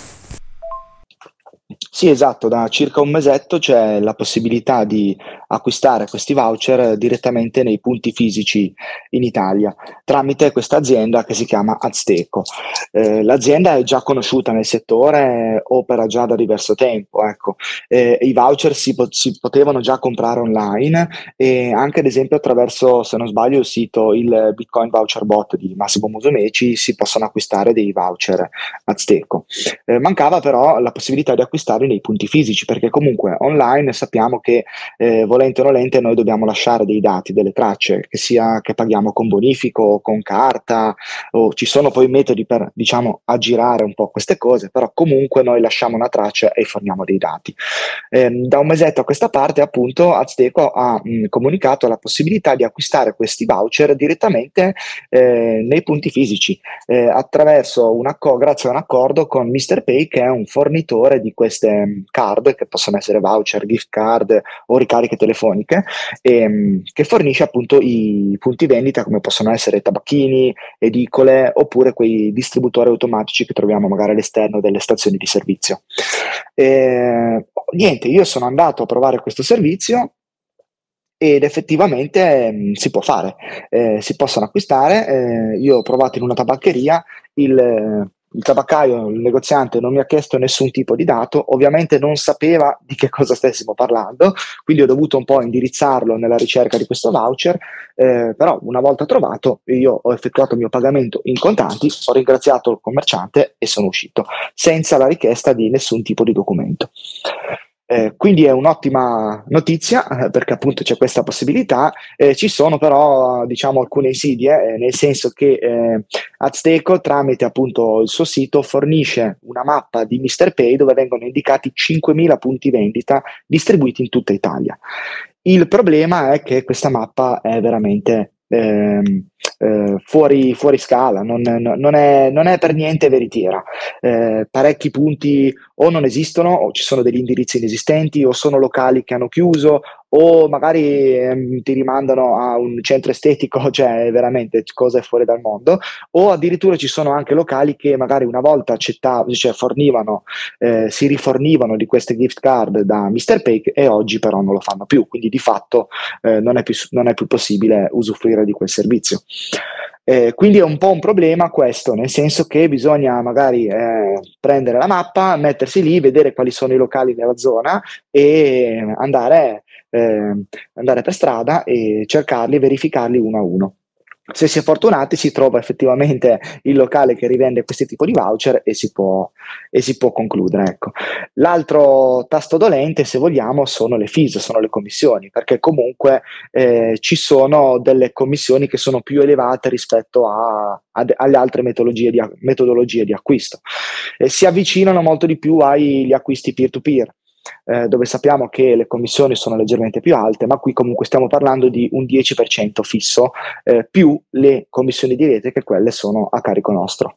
Sì, esatto, da circa un mesetto c'è la possibilità di acquistare questi voucher direttamente nei punti fisici in Italia tramite questa azienda che si chiama Azteco. L'azienda è già conosciuta nel settore, opera già da diverso tempo, ecco. I voucher si potevano già comprare online, e anche ad esempio attraverso, se non sbaglio, il sito, il Bitcoin Voucher Bot di Massimo Musumeci, si possono acquistare dei voucher Azteco. Mancava però la possibilità di acquistarli nei punti fisici, perché comunque online sappiamo che volente o nolente noi dobbiamo lasciare dei dati, delle tracce, che sia che paghiamo con bonifico, con carta, o ci sono poi metodi per, diciamo, aggirare un po' queste cose, però comunque noi lasciamo una traccia e forniamo dei dati. Da un mesetto a questa parte, appunto, Azteco ha comunicato la possibilità di acquistare questi voucher direttamente nei punti fisici, attraverso grazie a un accordo con MrPay, che è un fornitore di queste card, che possono essere voucher, gift card o ricariche telefoniche, che fornisce appunto i punti vendita, come possono essere tabacchini, edicole, oppure quei distributori automatici che troviamo magari all'esterno delle stazioni di servizio. Niente, io sono andato a provare questo servizio ed effettivamente si può fare, si possono acquistare. Io ho provato in una tabaccheria, il tabaccaio, il negoziante, non mi ha chiesto nessun tipo di dato, ovviamente non sapeva di che cosa stessimo parlando, quindi ho dovuto un po' indirizzarlo nella ricerca di questo voucher, però una volta trovato io ho effettuato il mio pagamento in contanti, ho ringraziato il commerciante e sono uscito, senza la richiesta di nessun tipo di documento. Quindi è un'ottima notizia, perché appunto c'è questa possibilità. Ci sono però, diciamo, alcune insidie, nel senso che Azteco, tramite appunto il suo sito, fornisce una mappa di MrPay dove vengono indicati 5.000 punti vendita distribuiti in tutta Italia. Il problema è che questa mappa è veramente fuori scala, non è per niente veritiera. Parecchi punti o non esistono, o ci sono degli indirizzi inesistenti, o sono locali che hanno chiuso, o magari ti rimandano a un centro estetico, cioè veramente cose fuori dal mondo, o addirittura ci sono anche locali che magari una volta si rifornivano di queste gift card da MrPay, e oggi però non lo fanno più, quindi di fatto non è più possibile usufruire di quel servizio. Quindi è un po' un problema questo, nel senso che bisogna magari prendere la mappa, mettersi lì, vedere quali sono i locali nella zona e andare per strada e cercarli, verificarli uno a uno. Se si è fortunati si trova effettivamente il locale che rivende questi tipi di voucher e si può concludere. Ecco. L'altro tasto dolente, se vogliamo, sono le fees, sono le commissioni, perché comunque ci sono delle commissioni che sono più elevate rispetto alle altre metodologie di acquisto. Si avvicinano molto di più agli acquisti peer-to-peer. Dove sappiamo che le commissioni sono leggermente più alte, ma qui comunque stiamo parlando di un 10% fisso, più le commissioni di rete, che quelle sono a carico nostro.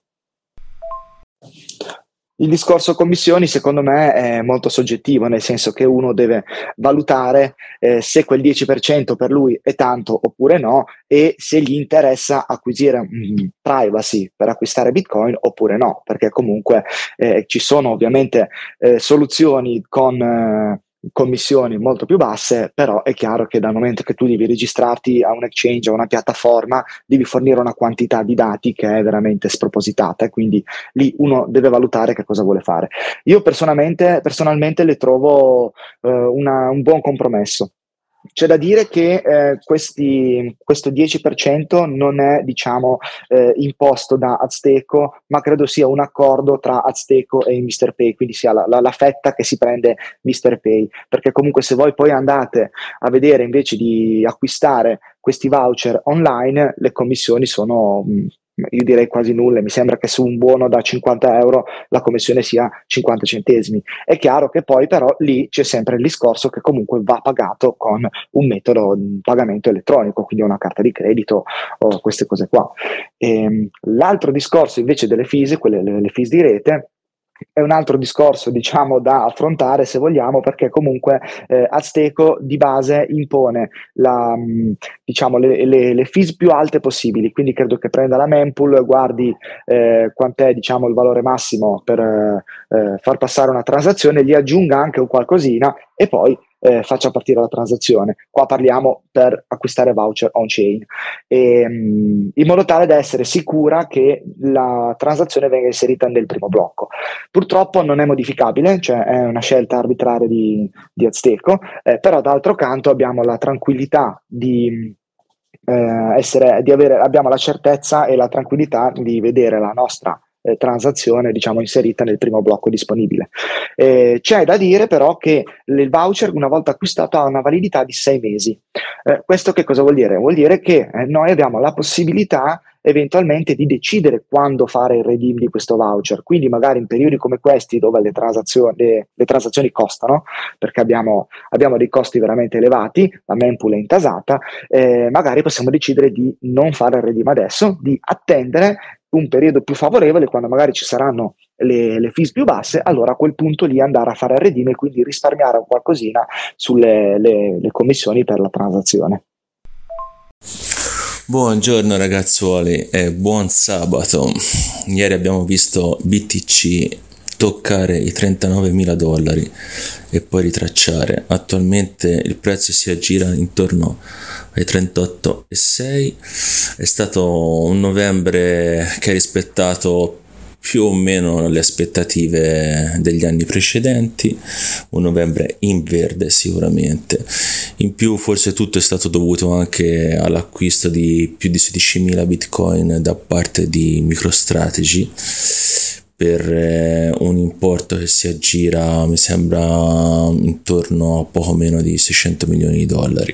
Il discorso commissioni secondo me è molto soggettivo, nel senso che uno deve valutare se quel 10% per lui è tanto oppure no, e se gli interessa acquisire privacy per acquistare Bitcoin oppure no, perché comunque ci sono ovviamente soluzioni con commissioni molto più basse, però è chiaro che dal momento che tu devi registrarti a un exchange, a una piattaforma, devi fornire una quantità di dati che è veramente spropositata, e quindi lì uno deve valutare che cosa vuole fare. Io personalmente le trovo un buon compromesso. C'è da dire che questo 10% non è, diciamo, imposto da Azteco, ma credo sia un accordo tra Azteco e Mr. Pay, quindi sia la fetta che si prende Mr. Pay, perché comunque se voi poi andate a vedere, invece di acquistare questi voucher online, le commissioni sono, io direi, quasi nulle. Mi sembra che su un buono da 50 euro la commissione sia 50 centesimi. È chiaro che poi però lì c'è sempre il discorso che comunque va pagato con un metodo di pagamento elettronico, quindi una carta di credito o queste cose qua. L'altro discorso invece delle fees, le fees di rete, è un altro discorso, diciamo, da affrontare, se vogliamo, perché comunque Azteco di base impone diciamo, le fees più alte possibili, quindi credo che prenda la mempool, guardi quant'è, diciamo, il valore massimo per far passare una transazione, gli aggiunga anche un qualcosina e poi faccia partire la transazione. Qua parliamo per acquistare voucher on-chain, in modo tale da essere sicura che la transazione venga inserita nel primo blocco. Purtroppo non è modificabile, cioè è una scelta arbitraria di Azteco, però d'altro canto abbiamo la tranquillità abbiamo la certezza e la tranquillità di vedere la nostra transazione, diciamo, inserita nel primo blocco disponibile. C'è da dire però che il voucher, una volta acquistato, ha una validità di 6 mesi. Questo che cosa vuol dire? Vuol dire che noi abbiamo la possibilità eventualmente di decidere quando fare il redeem di questo voucher, quindi magari in periodi come questi dove le transazioni costano, perché abbiamo dei costi veramente elevati, la mempool è intasata, magari possiamo decidere di non fare il redeem adesso, di attendere un periodo più favorevole, quando magari ci saranno le fees più basse, allora a quel punto lì andare a fare il redeem e quindi risparmiare un qualcosina sulle le commissioni per la transazione. Buongiorno ragazzuoli e buon sabato. Ieri abbiamo visto BTC toccare i $39.000 e poi ritracciare. Attualmente il prezzo si aggira intorno ai 38,6. È stato un novembre che ha rispettato più o meno le aspettative degli anni precedenti, un novembre in verde sicuramente. In più forse tutto è stato dovuto anche all'acquisto di più di 16.000 bitcoin da parte di MicroStrategy per un importo che si aggira, mi sembra, intorno a poco meno di $600 milioni.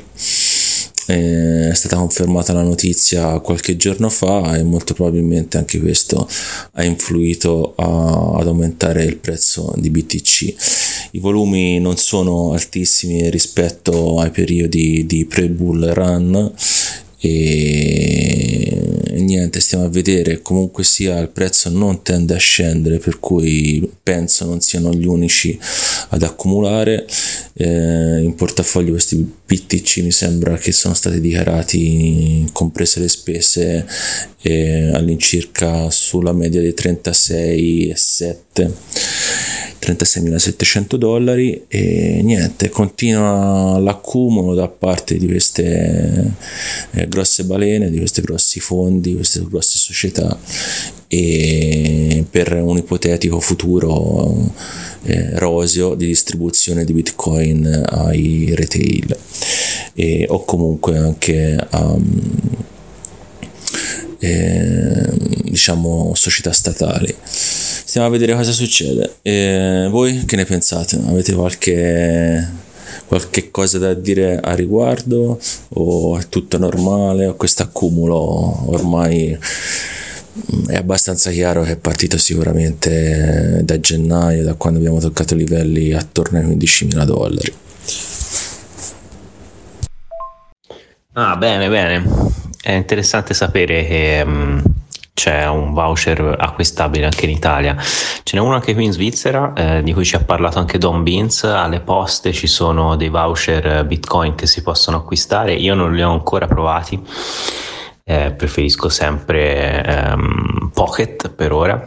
È stata confermata la notizia qualche giorno fa e molto probabilmente anche questo ha influito ad aumentare il prezzo di BTC. I volumi non sono altissimi rispetto ai periodi di pre-bull run e niente, stiamo a vedere. Comunque sia, il prezzo non tende a scendere, per cui penso non siano gli unici ad accumulare. In portafoglio questi BTC mi sembra che sono stati dichiarati, comprese le spese, all'incirca sulla media dei 36.700 dollari, e niente, continua l'accumulo da parte di queste grosse balene, di questi grossi fondi, queste grosse società, e per un ipotetico futuro roseo di distribuzione di Bitcoin ai retail o comunque anche diciamo società statali. Stiamo a vedere cosa succede. Voi che ne pensate? Avete qualche cosa da dire a riguardo, o è tutto normale, o questo accumulo ormai è abbastanza chiaro che è partito sicuramente da gennaio, da quando abbiamo toccato livelli attorno ai $15.000? Bene, è interessante sapere che c'è un voucher acquistabile anche in Italia. Ce n'è uno anche qui in Svizzera, di cui ci ha parlato anche Don Beans. Alle poste ci sono dei voucher Bitcoin che si possono acquistare. Io non li ho ancora provati, preferisco sempre Pocket per ora.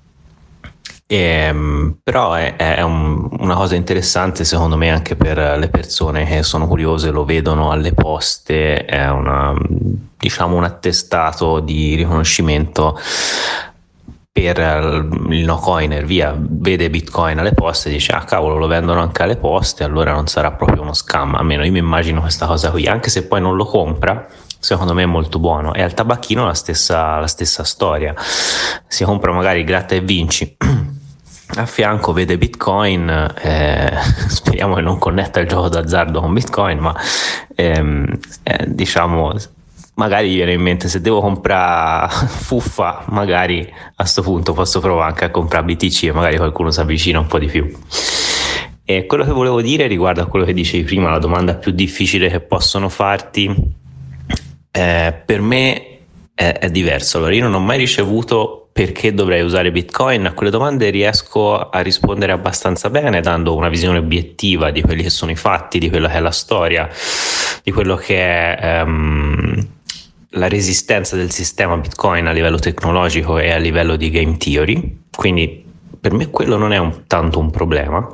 Però è una cosa interessante secondo me anche per le persone che sono curiose, lo vedono alle poste, è diciamo un attestato di riconoscimento per il no coiner. Via, vede Bitcoin alle poste e dice cavolo, lo vendono anche alle poste, allora non sarà proprio uno scam. Almeno io mi immagino questa cosa qui, anche se poi non lo compra. Secondo me è molto buono. E al tabacchino la stessa storia, si compra magari gratta e vinci, a fianco vede Bitcoin, speriamo che non connetta il gioco d'azzardo con Bitcoin, ma diciamo magari gli viene in mente, se devo comprare fuffa, magari a sto punto posso provare anche a comprare BTC e magari qualcuno si avvicina un po' di più. E quello che volevo dire riguardo a quello che dicevi prima, la domanda più difficile che possono farti, per me è diverso. Allora, io non ho mai ricevuto perché dovrei usare Bitcoin. A quelle domande riesco a rispondere abbastanza bene, dando una visione obiettiva di quelli che sono i fatti, di quello che è la storia, di quello che è la resistenza del sistema Bitcoin a livello tecnologico e a livello di game theory. Quindi per me quello non è tanto un problema.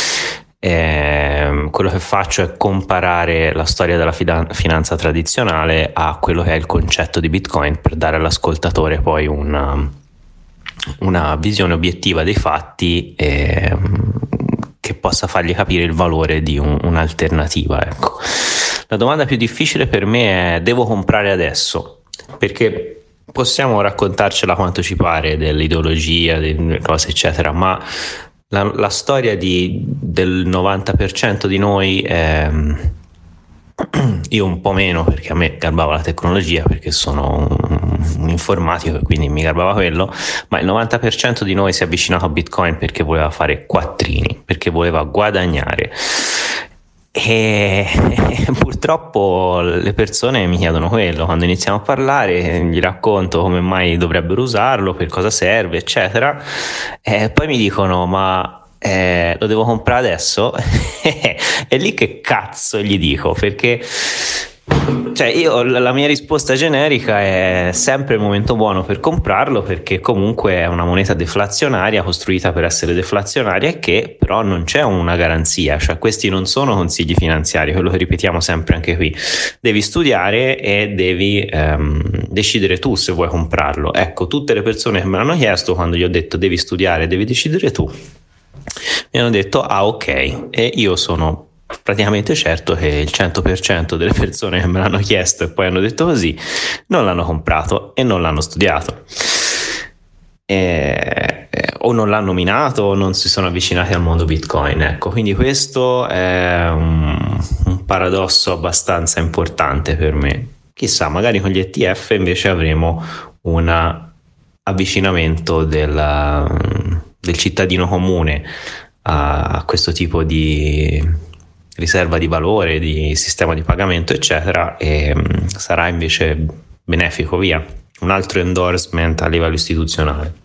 Quello che faccio è comparare la storia della finanza tradizionale a quello che è il concetto di Bitcoin, per dare all'ascoltatore poi una visione obiettiva dei fatti che possa fargli capire il valore di un'alternativa. Ecco. La domanda più difficile per me è: devo comprare adesso? Perché possiamo raccontarcela quanto ci pare dell'ideologia, delle cose eccetera, ma la storia del 90% di noi, io un po' meno perché a me garbava la tecnologia, perché sono un informatico e quindi mi garbava quello, ma il 90% di noi si è avvicinato a Bitcoin perché voleva fare quattrini, perché voleva guadagnare. E purtroppo le persone mi chiedono quello quando iniziamo a parlare, gli racconto come mai dovrebbero usarlo, per cosa serve eccetera, e poi mi dicono ma lo devo comprare adesso? E lì che cazzo gli dico, perché cioè io la mia risposta generica è sempre il momento buono per comprarlo, perché comunque è una moneta deflazionaria, costruita per essere deflazionaria, e che però non c'è una garanzia. Cioè questi non sono consigli finanziari, quello che ripetiamo sempre anche qui. Devi studiare e devi decidere tu se vuoi comprarlo. Ecco, tutte le persone che me l'hanno chiesto, quando gli ho detto devi studiare, devi decidere tu, mi hanno detto ok, e io sono praticamente certo che il 100% delle persone che me l'hanno chiesto e poi hanno detto così non l'hanno comprato e non l'hanno studiato, o non l'hanno minato o non si sono avvicinati al mondo Bitcoin. Ecco, quindi questo è un paradosso abbastanza importante per me. Chissà, magari con gli ETF invece avremo un avvicinamento del cittadino comune a questo tipo di riserva di valore, di sistema di pagamento eccetera, e sarà invece benefico. Via, un altro endorsement a livello istituzionale.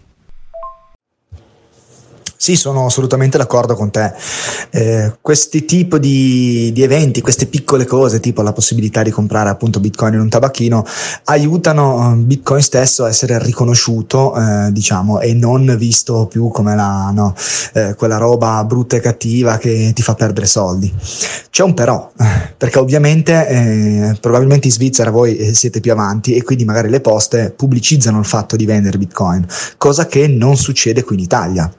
Sì, sono assolutamente d'accordo con te. Questi tipi di eventi, queste piccole cose, tipo la possibilità di comprare appunto Bitcoin in un tabacchino, aiutano Bitcoin stesso a essere riconosciuto, diciamo, e non visto più come quella roba brutta e cattiva che ti fa perdere soldi. C'è un però, perché ovviamente probabilmente in Svizzera voi siete più avanti e quindi magari le poste pubblicizzano il fatto di vendere Bitcoin, cosa che non succede qui in Italia. Mi spiego meglio.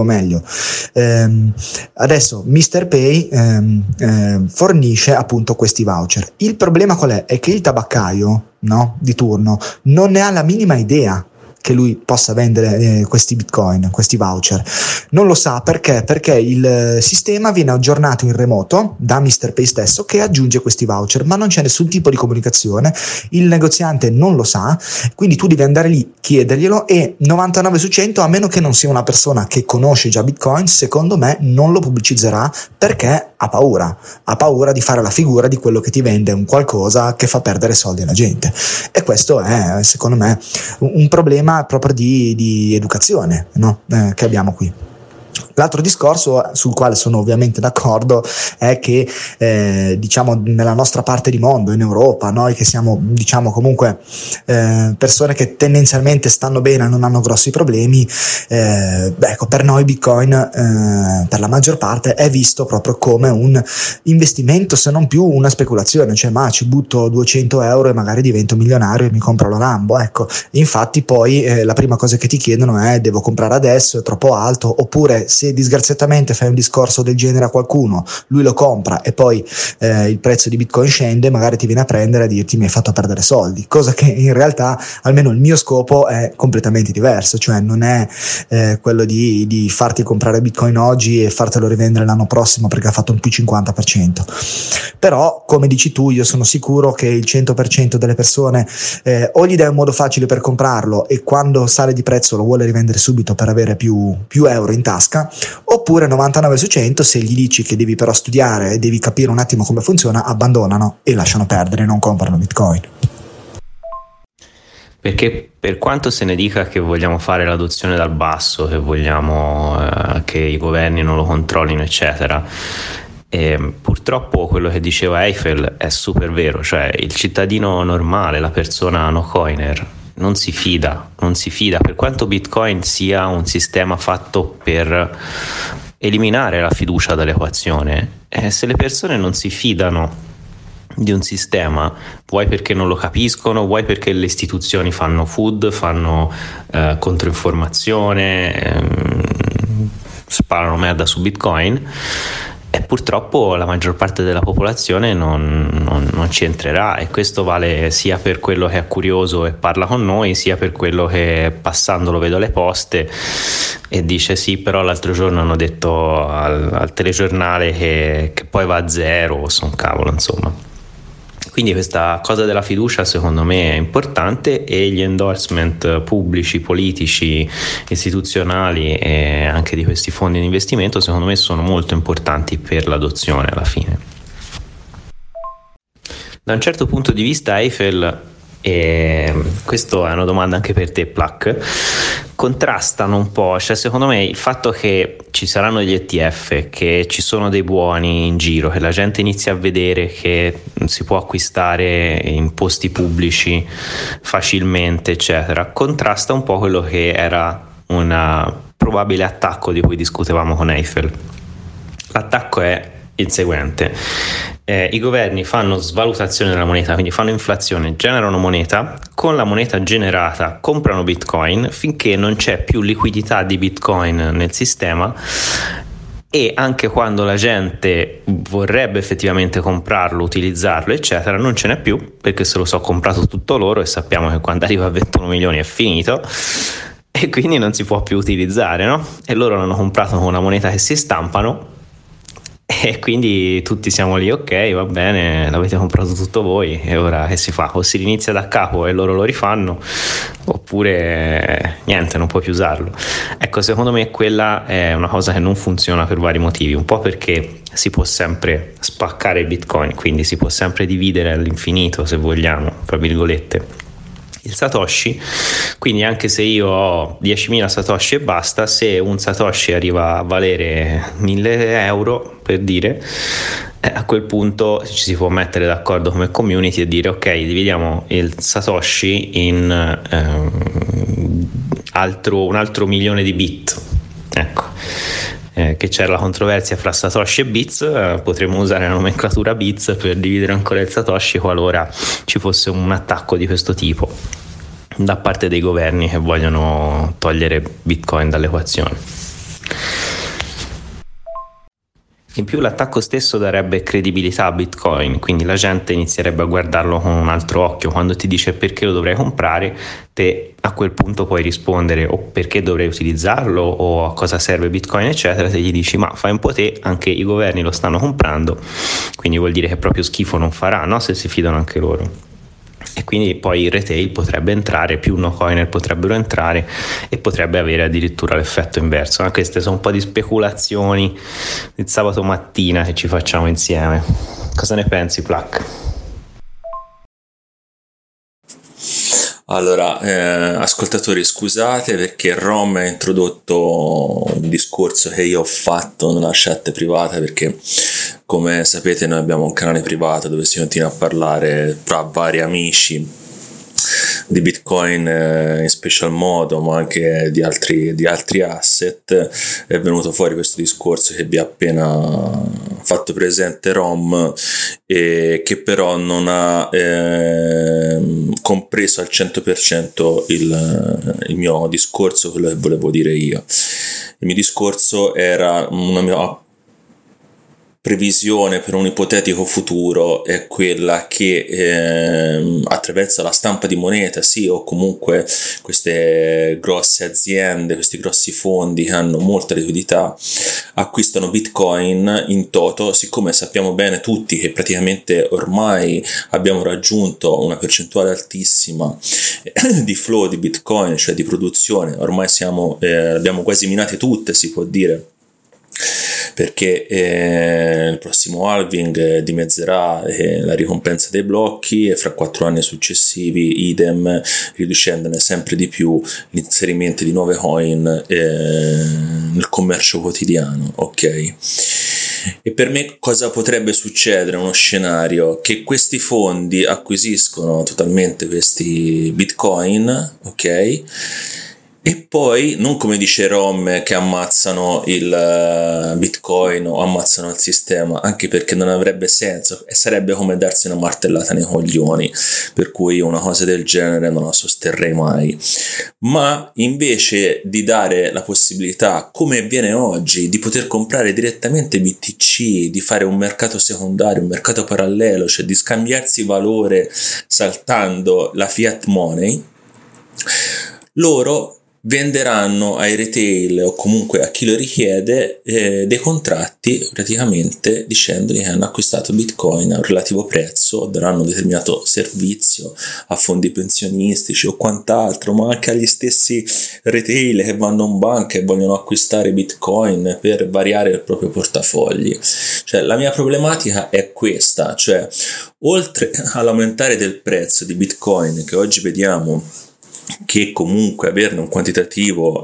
meglio. Adesso Mr. Pay fornisce appunto questi voucher. Il problema qual è? È che il tabaccaio, no, di turno non ne ha la minima idea che lui possa vendere questi bitcoin, questi voucher. Non lo sa perché il sistema viene aggiornato in remoto da Mr. Pay stesso, che aggiunge questi voucher, ma non c'è nessun tipo di comunicazione, il negoziante non lo sa, quindi tu devi andare lì, chiederglielo, e 99 su 100, a meno che non sia una persona che conosce già bitcoin, secondo me non lo pubblicizzerà, perché ha paura di fare la figura di quello che ti vende un qualcosa che fa perdere soldi alla gente. E questo è, secondo me, un problema proprio di educazione, no? Che abbiamo qui. L'altro discorso sul quale sono ovviamente d'accordo è che diciamo nella nostra parte di mondo, in Europa, noi che siamo diciamo comunque persone che tendenzialmente stanno bene, non hanno grossi problemi, ecco, per noi Bitcoin per la maggior parte è visto proprio come un investimento, se non più una speculazione, cioè ma ci butto 200 euro e magari divento milionario e mi compro la Lambo, ecco. Infatti poi la prima cosa che ti chiedono è: devo comprare adesso, è troppo alto? Oppure, se disgraziatamente fai un discorso del genere a qualcuno, lui lo compra e poi il prezzo di Bitcoin scende, magari ti viene a prendere a dirti mi hai fatto perdere soldi, cosa che in realtà, almeno il mio scopo, è completamente diverso, cioè non è quello di farti comprare Bitcoin oggi e fartelo rivendere l'anno prossimo perché ha fatto un più 50%. Però, come dici tu, io sono sicuro che il 100% delle persone o gli dai un modo facile per comprarlo e quando sale di prezzo lo vuole rivendere subito per avere più euro in tasca, oppure 99 su 100, se gli dici che devi però studiare e devi capire un attimo come funziona, abbandonano e lasciano perdere, non comprano Bitcoin. Perché per quanto se ne dica che vogliamo fare l'adozione dal basso, che vogliamo che i governi non lo controllino, eccetera, purtroppo quello che diceva Eiffel è super vero, cioè il cittadino normale, la persona no coiner, non si fida, per quanto Bitcoin sia un sistema fatto per eliminare la fiducia dall'equazione. Se le persone non si fidano di un sistema, vuoi perché non lo capiscono, vuoi perché le istituzioni fanno FUD, fanno controinformazione, sparano merda su Bitcoin, e purtroppo la maggior parte della popolazione non ci entrerà, e questo vale sia per quello che è curioso e parla con noi, sia per quello che passando lo vedo alle poste e dice sì, però l'altro giorno hanno detto al telegiornale che poi va a zero, son cavolo, insomma. Quindi questa cosa della fiducia secondo me è importante, e gli endorsement pubblici, politici, istituzionali e anche di questi fondi di investimento secondo me sono molto importanti per l'adozione alla fine. Da un certo punto di vista Eiffel, e questo è una domanda anche per te Plak, contrastano un po', cioè secondo me il fatto che ci saranno gli ETF, che ci sono dei buoni in giro, che la gente inizia a vedere che si può acquistare in posti pubblici facilmente, eccetera, contrasta un po' quello che era un probabile attacco di cui discutevamo con Eiffel. L'attacco è il seguente: i governi fanno svalutazione della moneta, quindi fanno inflazione, generano moneta, con la moneta generata comprano Bitcoin finché non c'è più liquidità di Bitcoin nel sistema, e anche quando la gente vorrebbe effettivamente comprarlo, utilizzarlo, eccetera, non ce n'è più perché se lo so comprato tutto loro, e sappiamo che quando arriva a 21 milioni è finito e quindi non si può più utilizzare, no? E loro l'hanno comprato con una moneta che si stampano, e quindi tutti siamo lì, ok, va bene, l'avete comprato tutto voi, e ora che si fa? O si inizia da capo e loro lo rifanno, oppure niente, non puoi più usarlo. Ecco, secondo me quella è una cosa che non funziona per vari motivi, un po' perché si può sempre spaccare il Bitcoin, quindi si può sempre dividere all'infinito, se vogliamo, tra virgolette, il Satoshi, quindi anche se io ho 10.000 Satoshi e basta, se un Satoshi arriva a valere 1.000 euro, per dire, a quel punto ci si può mettere d'accordo come community e dire ok, dividiamo il Satoshi in un altro milione di bit, ecco. Che c'era la controversia fra Satoshi e Bits, potremmo usare la nomenclatura Bits per dividere ancora il Satoshi qualora ci fosse un attacco di questo tipo da parte dei governi che vogliono togliere Bitcoin dall'equazione. In più l'attacco stesso darebbe credibilità a Bitcoin, quindi la gente inizierebbe a guardarlo con un altro occhio. Quando ti dice perché lo dovrei comprare, te a quel punto puoi rispondere o perché dovrei utilizzarlo o a cosa serve Bitcoin eccetera. Se gli dici ma fai un po' te, anche i governi lo stanno comprando, quindi vuol dire che proprio schifo non farà, no? Se si fidano anche loro. E quindi poi il retail potrebbe entrare, più no coiner potrebbero entrare e potrebbe avere addirittura l'effetto inverso. Ma queste sono un po' di speculazioni del sabato mattina che ci facciamo insieme. Cosa ne pensi, Plac? Allora, ascoltatori, scusate perché Rom ha introdotto un discorso che io ho fatto nella chat privata, perché come sapete noi abbiamo un canale privato dove si continua a parlare tra vari amici di Bitcoin in special modo, ma anche di altri asset. È venuto fuori questo discorso che vi ha appena fatto presente Rom, che però non ha compreso al 100% il mio discorso, quello che volevo dire io. Il mio discorso era una mia previsione per un ipotetico futuro, è quella che attraverso la stampa di moneta, sì, o comunque queste grosse aziende, questi grossi fondi che hanno molta liquidità, acquistano Bitcoin in toto. Siccome sappiamo bene tutti che praticamente ormai abbiamo raggiunto una percentuale altissima di flow di Bitcoin, cioè di produzione, ormai abbiamo quasi minate tutte, si può dire, perché il prossimo halving dimezzerà la ricompensa dei blocchi e fra 4 anni successivi idem, riducendone sempre di più l'inserimento di nuove coin nel commercio quotidiano, ok? E per me cosa potrebbe succedere? Uno scenario che questi fondi acquisiscono totalmente questi Bitcoin, ok? E poi, non come dice Rom, che ammazzano il Bitcoin o ammazzano il sistema, anche perché non avrebbe senso e sarebbe come darsi una martellata nei coglioni, per cui io una cosa del genere non la sosterrei mai. Ma invece di dare la possibilità, come avviene oggi, di poter comprare direttamente BTC, di fare un mercato secondario, un mercato parallelo, cioè di scambiarsi valore saltando la fiat money, loro venderanno ai retail o comunque a chi lo richiede dei contratti praticamente dicendogli che hanno acquistato Bitcoin a un relativo prezzo, daranno un determinato servizio a fondi pensionistici o quant'altro, ma anche agli stessi retail che vanno in banca e vogliono acquistare Bitcoin per variare il proprio portafogli. Cioè la mia problematica è questa, cioè oltre all'aumentare del prezzo di Bitcoin, che oggi vediamo che comunque averne un quantitativo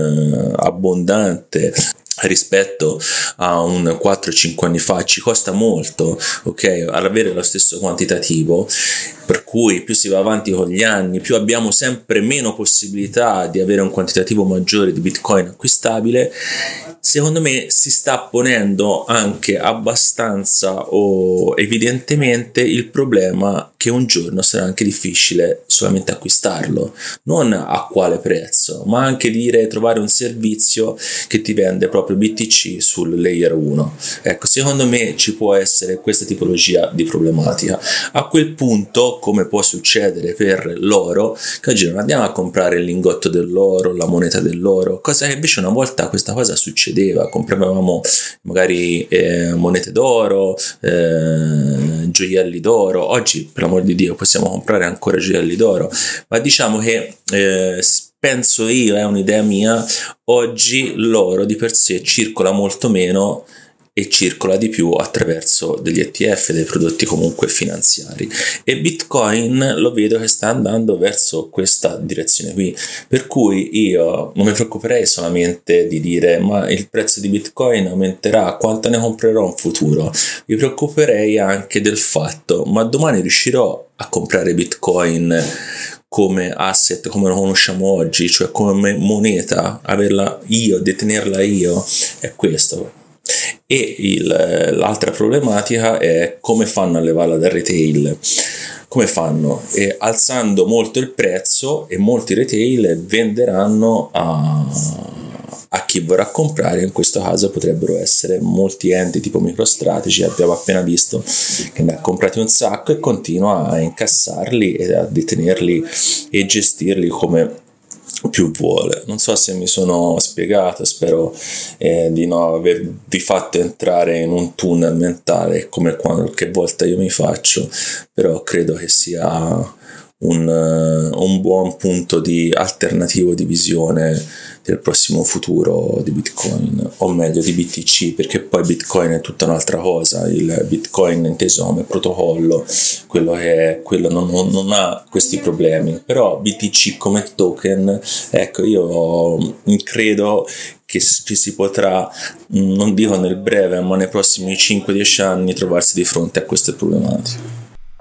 abbondante rispetto a un 4-5 anni fa ci costa molto, ok, ad avere lo stesso quantitativo, per cui più si va avanti con gli anni più abbiamo sempre meno possibilità di avere un quantitativo maggiore di Bitcoin acquistabile. Secondo me si sta ponendo anche abbastanza o evidentemente il problema che un giorno sarà anche difficile solamente acquistarlo, non a quale prezzo, ma anche trovare un servizio che ti vende proprio BTC sul layer 1. Ecco, secondo me ci può essere questa tipologia di problematica. A quel punto, come può succedere per l'oro, che oggi non andiamo a comprare il lingotto dell'oro, la moneta dell'oro, cosa che invece una volta questa cosa succedeva, compravamo magari monete d'oro, gioielli d'oro. Oggi, per l'amor di Dio, possiamo comprare ancora gioielli d'oro, ma diciamo che penso io, è un'idea mia, oggi l'oro di per sé circola molto meno e circola di più attraverso degli ETF, dei prodotti comunque finanziari, e Bitcoin lo vedo che sta andando verso questa direzione qui, per cui io non mi preoccuperei solamente di dire ma il prezzo di Bitcoin aumenterà, quanto ne comprerò in futuro. Mi preoccuperei anche del fatto, ma domani riuscirò a comprare Bitcoin come asset, come lo conosciamo oggi, cioè come moneta, averla io, detenerla io, è questo. E l'altra problematica è come fanno a levarla dal retail. Come fanno? Alzando molto il prezzo, e molti retail venderanno a chi vorrà comprare. In questo caso potrebbero essere molti enti tipo MicroStrategy, abbiamo appena visto che ne ha comprati un sacco e continua a incassarli e a detenerli e gestirli come più vuole. Non so se mi sono spiegato, spero di non avervi fatto entrare in un tunnel mentale come qualche volta io mi faccio, però credo che sia un buon punto di alternativo di visione del prossimo futuro di Bitcoin, o meglio di BTC, perché poi Bitcoin è tutta un'altra cosa. Il Bitcoin inteso come protocollo, quello non ha questi problemi, però BTC come token, ecco, io credo che ci si potrà, non dico nel breve, ma nei prossimi 5-10 anni trovarsi di fronte a queste problematiche.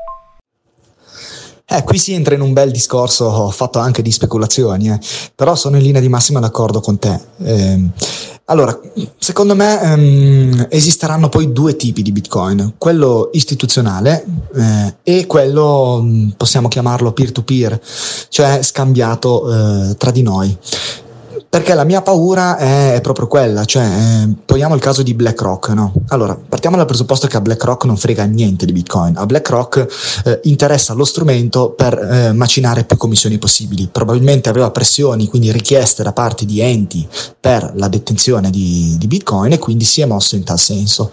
Qui si entra in un bel discorso fatto anche di speculazioni, però sono in linea di massima d'accordo con te. Allora, secondo me esisteranno poi due tipi di Bitcoin, quello istituzionale e quello, possiamo chiamarlo peer-to-peer, cioè scambiato tra di noi. Perché la mia paura è proprio quella, cioè poniamo il caso di BlackRock, no? Allora, partiamo dal presupposto che a BlackRock non frega niente di Bitcoin. A BlackRock interessa lo strumento per macinare più commissioni possibili. Probabilmente aveva pressioni, quindi richieste da parte di enti per la detenzione di Bitcoin, e quindi si è mosso in tal senso.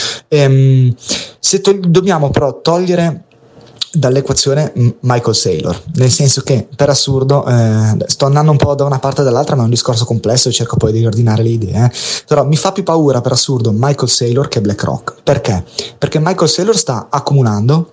Dobbiamo però togliere dall'equazione Michael Saylor, nel senso che per assurdo sto andando un po' da una parte o dall'altra, ma è un discorso complesso e cerco poi di riordinare le idee, però mi fa più paura per assurdo Michael Saylor che BlackRock. Perché? Perché Michael Saylor sta accumulando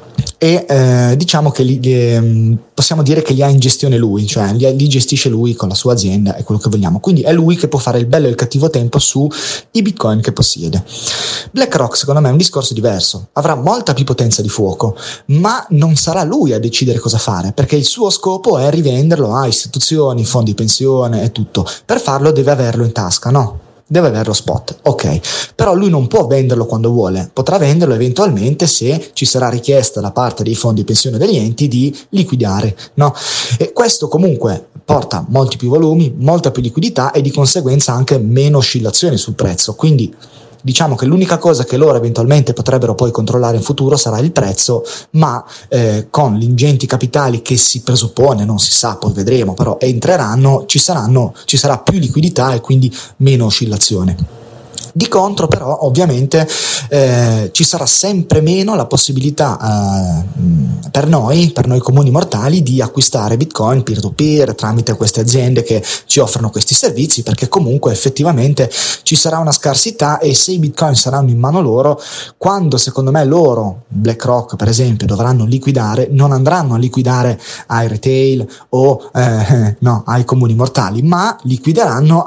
e diciamo che possiamo dire che li ha in gestione lui, cioè li gestisce lui con la sua azienda e quello che vogliamo, quindi è lui che può fare il bello e il cattivo tempo sui bitcoin che possiede. BlackRock secondo me è un discorso diverso, avrà molta più potenza di fuoco, ma non sarà lui a decidere cosa fare, perché il suo scopo è rivenderlo a istituzioni, fondi pensione e tutto. Per farlo deve averlo in tasca, no? Deve averlo spot, ok, però lui non può venderlo quando vuole, potrà venderlo eventualmente se ci sarà richiesta da parte dei fondi pensione degli enti di liquidare, no? E questo comunque porta molti più volumi, molta più liquidità e di conseguenza anche meno oscillazioni sul prezzo, quindi diciamo che l'unica cosa che loro eventualmente potrebbero poi controllare in futuro sarà il prezzo, ma con gli ingenti capitali che si presuppone, non si sa, poi vedremo, però entreranno, ci sarà più liquidità e quindi meno oscillazione. Di contro però ovviamente ci sarà sempre meno la possibilità per noi comuni mortali di acquistare Bitcoin peer to peer tramite queste aziende che ci offrono questi servizi, perché comunque effettivamente ci sarà una scarsità, e se i Bitcoin saranno in mano loro, quando secondo me loro, BlackRock per esempio, dovranno liquidare, non andranno a liquidare ai retail o ai comuni mortali, ma liquideranno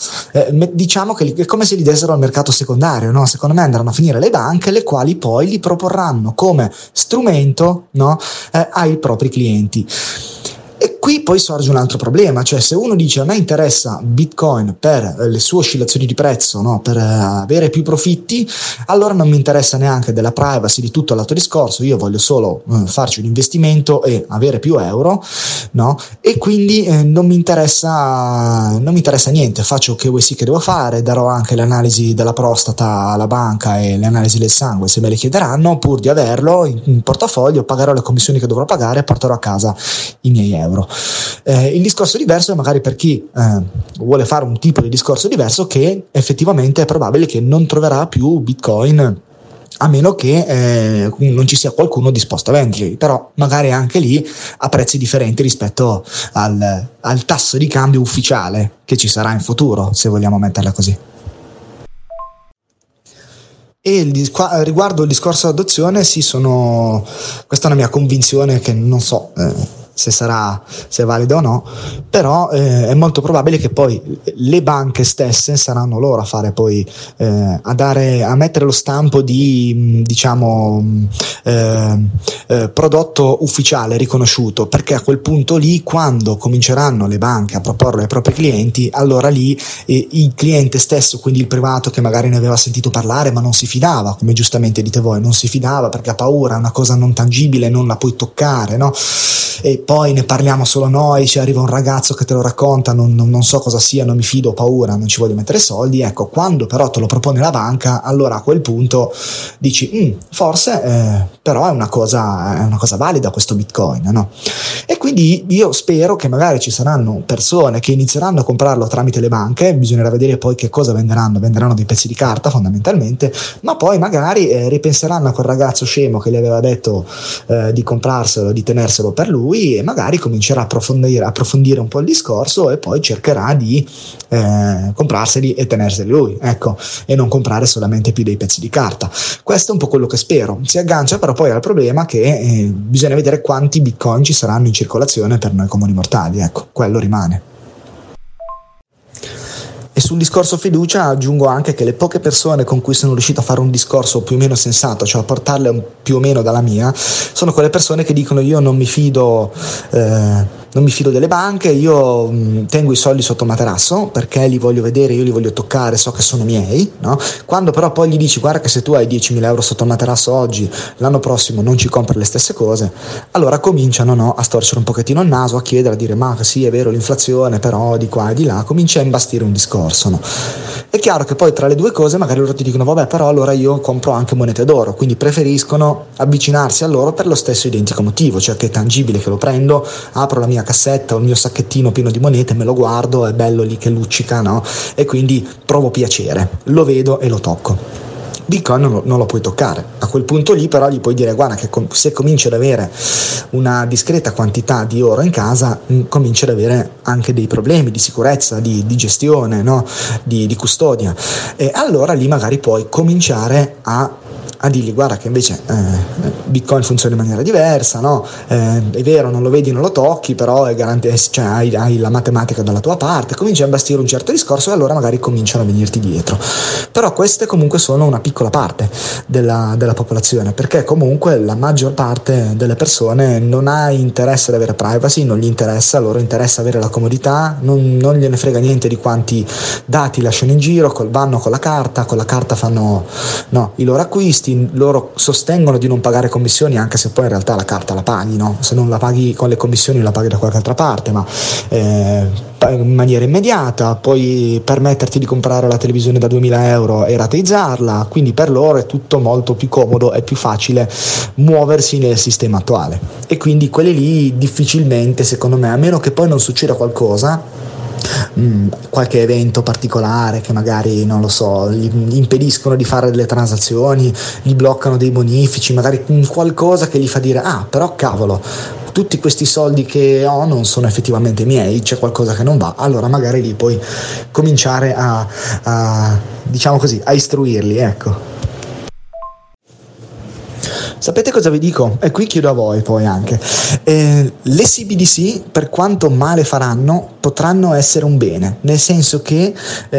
diciamo che è come se li dessero al mercato secondario, no? Secondo me andranno a finire le banche, le quali poi li proporranno come strumento, no? Ai propri clienti. E qui poi sorge un altro problema, cioè se uno dice a me interessa Bitcoin per le sue oscillazioni di prezzo, no? Per avere più profitti, allora non mi interessa neanche della privacy, di tutto l'altro discorso, io voglio solo farci un investimento e avere più euro, no? E quindi non mi interessa niente, faccio KYC che devo fare, darò anche le analisi della prostata alla banca e le analisi del sangue se me le chiederanno, pur di averlo in portafoglio, pagherò le commissioni che dovrò pagare e porterò a casa i miei euro. Il discorso diverso è magari per chi vuole fare un tipo di discorso diverso, che effettivamente è probabile che non troverà più Bitcoin a meno che non ci sia qualcuno disposto a venderli, però magari anche lì a prezzi differenti rispetto al tasso di cambio ufficiale che ci sarà in futuro, se vogliamo metterla così. E riguardo il discorso adozione, questa è una mia convinzione che non so se è valida o no, però è molto probabile che poi le banche stesse saranno loro a fare poi a mettere lo stampo di prodotto ufficiale riconosciuto, perché a quel punto lì, quando cominceranno le banche a proporlo ai propri clienti, allora lì il cliente stesso, quindi il privato che magari ne aveva sentito parlare ma non si fidava, come giustamente dite voi, non si fidava perché ha paura, è una cosa non tangibile, non la puoi toccare, no? e poi ne parliamo solo noi, ci arriva un ragazzo che te lo racconta, non so cosa sia, non mi fido, ho paura, non ci voglio mettere soldi. Ecco, quando però te lo propone la banca, allora a quel punto dici forse però è una cosa valida questo Bitcoin, no? E quindi io spero che magari ci saranno persone che inizieranno a comprarlo tramite le banche, bisognerà vedere poi che cosa venderanno dei pezzi di carta fondamentalmente, ma poi magari ripenseranno a quel ragazzo scemo che gli aveva detto di comprarselo, di tenerselo per lui, e magari comincerà a approfondire un po' il discorso e poi cercherà di comprarseli e tenerseli lui, ecco, e non comprare solamente più dei pezzi di carta. Questo è un po' quello che spero. Si aggancia però poi al problema che bisogna vedere quanti Bitcoin ci saranno in circolazione per noi comuni mortali, ecco, quello rimane. E sul discorso fiducia aggiungo anche che le poche persone con cui sono riuscito a fare un discorso più o meno sensato, cioè a portarle più o meno dalla mia, sono quelle persone che dicono io non mi fido delle banche, io tengo i soldi sotto materasso perché li voglio vedere, io li voglio toccare, so che sono miei, no? Quando però poi gli dici guarda che se tu hai 10.000 euro sotto materasso oggi, l'anno prossimo non ci compri le stesse cose, allora cominciano a storcere un pochettino il naso, a chiedere, a dire ma sì è vero l'inflazione, però di qua e di là, comincia a imbastire un discorso, no? È chiaro che poi tra le due cose magari loro ti dicono vabbè però allora io compro anche monete d'oro, quindi preferiscono avvicinarsi a loro per lo stesso identico motivo, cioè che è tangibile, che lo prendo, apro la mia cassetta o il mio sacchettino pieno di monete, me lo guardo, è bello lì che luccica, no? E quindi provo piacere, lo vedo e lo tocco. Bitcoin non lo puoi toccare. A quel punto lì però gli puoi dire guarda che se cominci ad avere una discreta quantità di oro in casa, cominci ad avere anche dei problemi di sicurezza, di gestione, no? di custodia, e allora lì magari puoi cominciare a dirgli guarda che invece Bitcoin funziona in maniera diversa, no? È vero, non lo vedi, non lo tocchi, però è cioè hai la matematica dalla tua parte, cominci a imbastire un certo discorso e allora magari cominciano a venirti dietro. Però queste comunque sono una piccola parte della popolazione, perché comunque la maggior parte delle persone non ha interesse ad avere privacy, non gli interessa, a loro interessa avere la comodità, non gliene frega niente di quanti dati lasciano in giro, vanno con la carta fanno i loro acquisti, loro sostengono di non pagare commissioni, anche se poi in realtà la carta la paghi, no? Se non la paghi con le commissioni la paghi da qualche altra parte, ma in maniera immediata, puoi permetterti di comprare la televisione da 2.000 euro e rateizzarla, quindi per loro è tutto molto più comodo e più facile muoversi nel sistema attuale, e quindi quelli lì difficilmente, secondo me, a meno che poi non succeda qualcosa, qualche evento particolare che magari non lo so, gli impediscono di fare delle transazioni, gli bloccano dei bonifici, magari qualcosa che gli fa dire però cavolo, tutti questi soldi che ho non sono effettivamente miei, c'è qualcosa che non va, allora magari lì puoi cominciare a diciamo così, a istruirli, ecco. Sapete cosa vi dico? E qui chiedo a voi poi anche. Le CBDC, per quanto male faranno, potranno essere un bene, nel senso che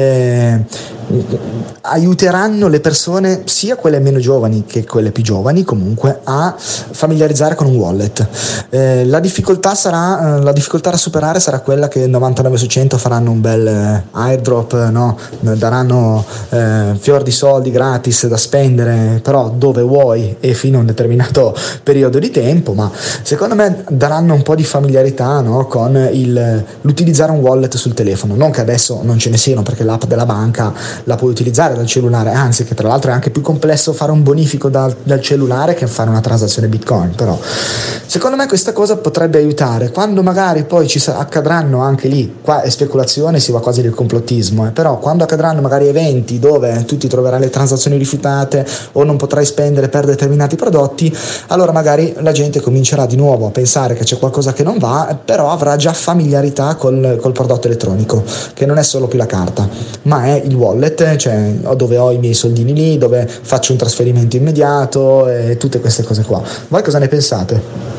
aiuteranno le persone, sia quelle meno giovani che quelle più giovani, comunque a familiarizzare con un wallet. La difficoltà da superare sarà quella che 99 su 100 faranno un bel airdrop, no? Daranno fior di soldi gratis da spendere, però dove vuoi e fino a un determinato periodo di tempo, ma secondo me daranno un po' di familiarità, no? Con l'utilizzare un wallet sul telefono, non che adesso non ce ne siano, perché l'app della banca la puoi utilizzare dal cellulare, anzi che tra l'altro è anche più complesso fare un bonifico dal cellulare che fare una transazione Bitcoin, però secondo me questa cosa potrebbe aiutare quando magari poi accadranno anche lì, qua è speculazione, si va quasi nel complottismo, però quando accadranno magari eventi dove tu ti troverai le transazioni rifiutate o non potrai spendere per determinati prodotti, allora magari la gente comincerà di nuovo a pensare che c'è qualcosa che non va, però avrà già familiarità col prodotto elettronico, che non è solo più la carta, ma è il wallet, cioè dove ho i miei soldini lì, dove faccio un trasferimento immediato e tutte queste cose qua. Voi cosa ne pensate?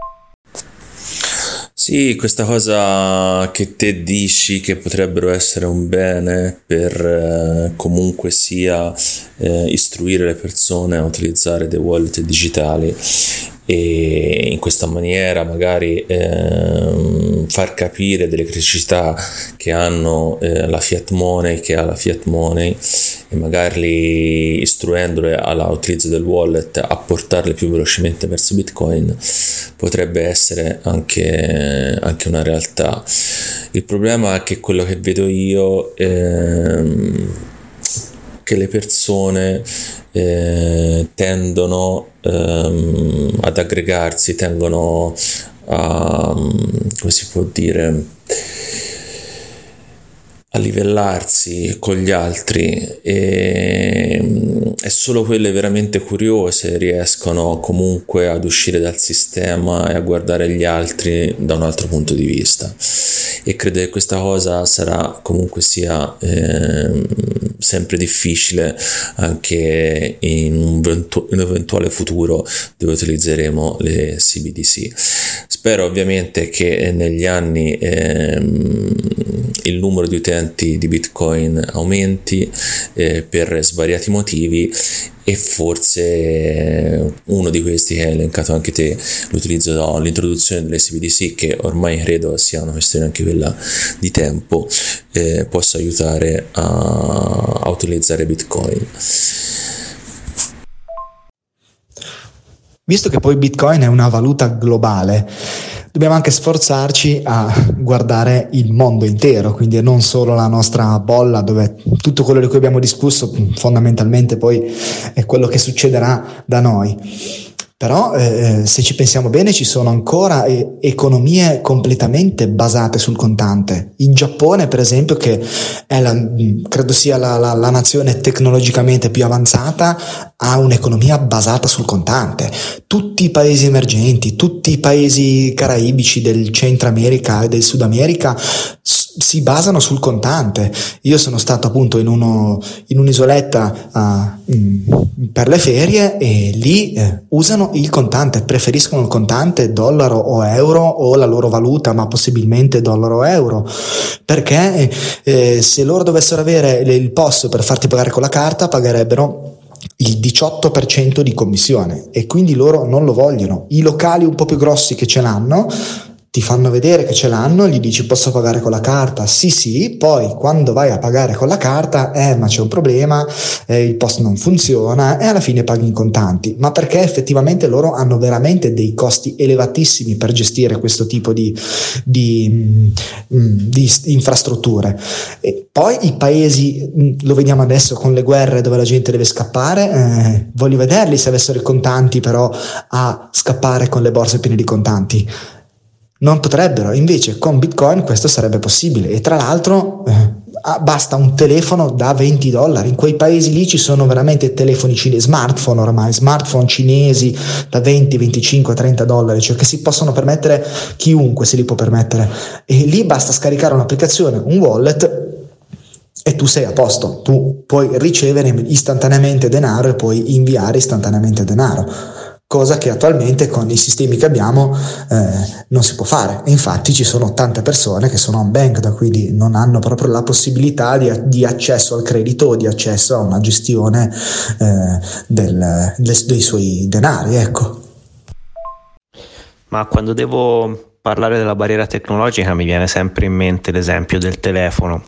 Sì, questa cosa che te dici che potrebbero essere un bene per comunque sia istruire le persone a utilizzare dei wallet digitali e in questa maniera magari far capire delle criticità che hanno la Fiat Money, che ha la Fiat Money, e magari istruendole all'utilizzo del wallet a portarle più velocemente verso Bitcoin potrebbe essere anche una realtà. Il problema è che quello che vedo io che le persone tendono ad aggregarsi, tendono a, come si può dire, a livellarsi con gli altri, e solo quelle veramente curiose riescono comunque ad uscire dal sistema e a guardare gli altri da un altro punto di vista, e credo che questa cosa sarà comunque sia sempre difficile anche in un eventuale futuro dove utilizzeremo le CBDC. Spero ovviamente che negli anni il numero di utenti di Bitcoin aumenti per svariati motivi, e forse uno di questi che hai elencato anche te, l'utilizzo l'introduzione delle CBDC, che ormai credo sia una questione anche quella di tempo, possa aiutare a utilizzare Bitcoin. Visto che poi Bitcoin è una valuta globale, dobbiamo anche sforzarci a guardare il mondo intero, quindi non solo la nostra bolla, dove tutto quello di cui abbiamo discusso fondamentalmente poi è quello che succederà da noi. Però se ci pensiamo bene, ci sono ancora economie completamente basate sul contante. In Giappone, per esempio, che è credo sia la nazione tecnologicamente più avanzata, ha un'economia basata sul contante. Tutti i paesi emergenti, tutti i paesi caraibici del Centro America e del Sud America si basano sul contante. Io sono stato appunto in un'isoletta per le ferie, e lì usano il contante, preferiscono il contante, dollaro o euro, o la loro valuta, ma possibilmente dollaro o euro, perché se loro dovessero avere il POS per farti pagare con la carta, pagherebbero il 18% di commissione, e quindi loro non lo vogliono. I locali un po' più grossi che ce l'hanno ti fanno vedere che ce l'hanno, gli dici posso pagare con la carta? Sì, poi quando vai a pagare con la carta, ma c'è un problema, il POS non funziona, e alla fine paghi in contanti. Ma perché effettivamente loro hanno veramente dei costi elevatissimi per gestire questo tipo di infrastrutture. E poi i paesi, lo vediamo adesso con le guerre dove la gente deve scappare, voglio vederli se avessero i contanti però a scappare con le borse piene di contanti. Non potrebbero. Invece con Bitcoin questo sarebbe possibile, e tra l'altro basta un telefono da $20. In quei paesi lì ci sono veramente telefoni cinesi, smartphone cinesi da 20, 25, $30, cioè che si possono permettere, chiunque se li può permettere, e lì basta scaricare un'applicazione, un wallet, e tu sei a posto. Tu puoi ricevere istantaneamente denaro e puoi inviare istantaneamente denaro, cosa che attualmente con i sistemi che abbiamo non si può fare. E infatti ci sono tante persone che sono unbanked, quindi non hanno proprio la possibilità di accesso al credito o di accesso a una gestione dei suoi denari, ecco. Ma quando devo parlare della barriera tecnologica mi viene sempre in mente l'esempio del telefono.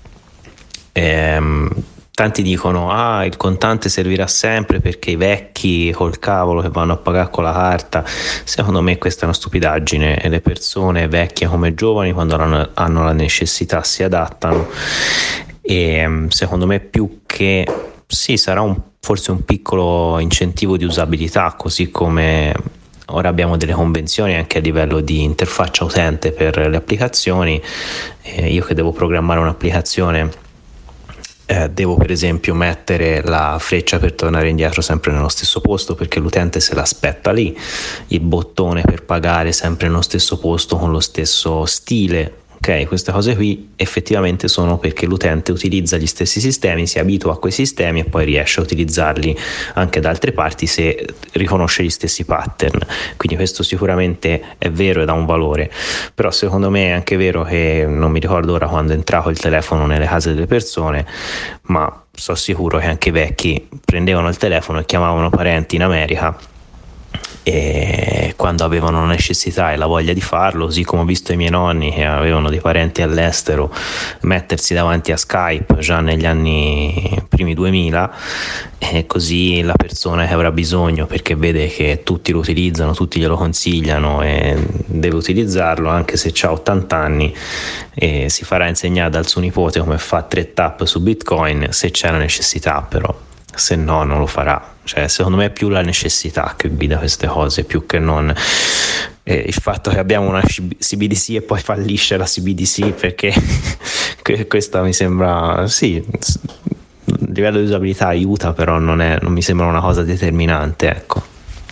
Tanti dicono il contante servirà sempre perché i vecchi col cavolo che vanno a pagare con la carta. Secondo me questa è una stupidaggine, e le persone vecchie come giovani, quando hanno la necessità, si adattano. E secondo me, più che sì, sarà forse un piccolo incentivo di usabilità, così come ora abbiamo delle convenzioni anche a livello di interfaccia utente per le applicazioni. Io che devo programmare un'applicazione, devo per esempio mettere la freccia per tornare indietro sempre nello stesso posto, perché l'utente se l'aspetta lì, il bottone per pagare sempre nello stesso posto con lo stesso stile. Ok, queste cose qui effettivamente sono perché l'utente utilizza gli stessi sistemi, si abitua a quei sistemi e poi riesce a utilizzarli anche da altre parti se riconosce gli stessi pattern. Quindi questo sicuramente è vero ed ha un valore, però secondo me è anche vero che, non mi ricordo ora quando è entrato il telefono nelle case delle persone, ma sono sicuro che anche i vecchi prendevano il telefono e chiamavano parenti in America, e quando avevano la necessità e la voglia di farlo, così come ho visto i miei nonni che avevano dei parenti all'estero mettersi davanti a Skype già negli anni primi 2000, e così la persona che avrà bisogno, perché vede che tutti lo utilizzano, tutti glielo consigliano e deve utilizzarlo anche se ha 80 anni, e si farà insegnare dal suo nipote come fa 3 tap su Bitcoin se c'è la necessità, però se no non lo farà. Cioè, secondo me è più la necessità che guida queste cose, più che non il fatto che abbiamo una CBDC e poi fallisce la CBDC, perché questa mi sembra, sì, a livello di usabilità aiuta, però non mi sembra una cosa determinante, ecco.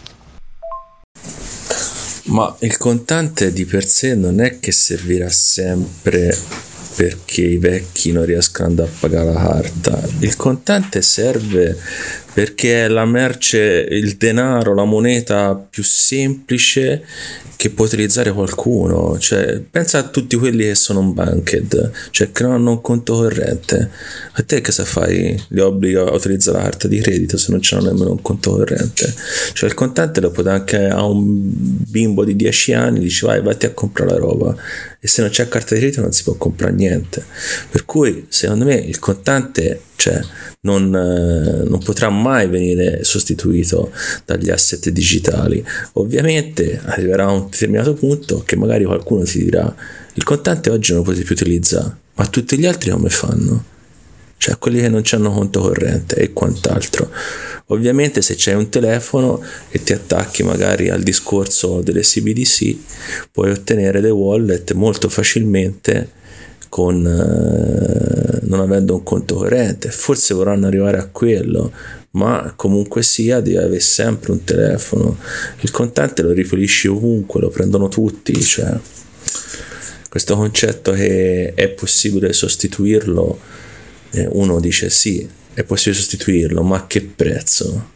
Ma il contante di per sé non è che servirà sempre perché i vecchi non riescono ad pagare la carta. Il contante serve perché è la merce, il denaro, la moneta più semplice che può utilizzare qualcuno. Cioè, pensa a tutti quelli che sono unbanked, cioè che non hanno un conto corrente. A te cosa fai? Li obbliga a utilizzare la carta di credito se non c'hanno nemmeno un conto corrente? Cioè, il contante lo puoi dare anche a un bimbo di 10 anni, dici vai, vatti a comprare la roba, e se non c'è carta di credito non si può comprare niente. Per cui secondo me il contante, cioè, non potrà mai venire sostituito dagli asset digitali. Ovviamente arriverà a un determinato punto che magari qualcuno ti dirà il contante oggi non lo potete più utilizzare, ma tutti gli altri come fanno? Cioè quelli che non hanno conto corrente e quant'altro. Ovviamente se c'hai un telefono e ti attacchi magari al discorso delle CBDC, puoi ottenere le wallet molto facilmente con non avendo un conto corrente. Forse vorranno arrivare a quello, ma comunque sia devi avere sempre un telefono. Il contante lo ripulisci ovunque, lo prendono tutti. Cioè, questo concetto che è possibile sostituirlo, uno dice sì, è possibile sostituirlo, ma a che prezzo?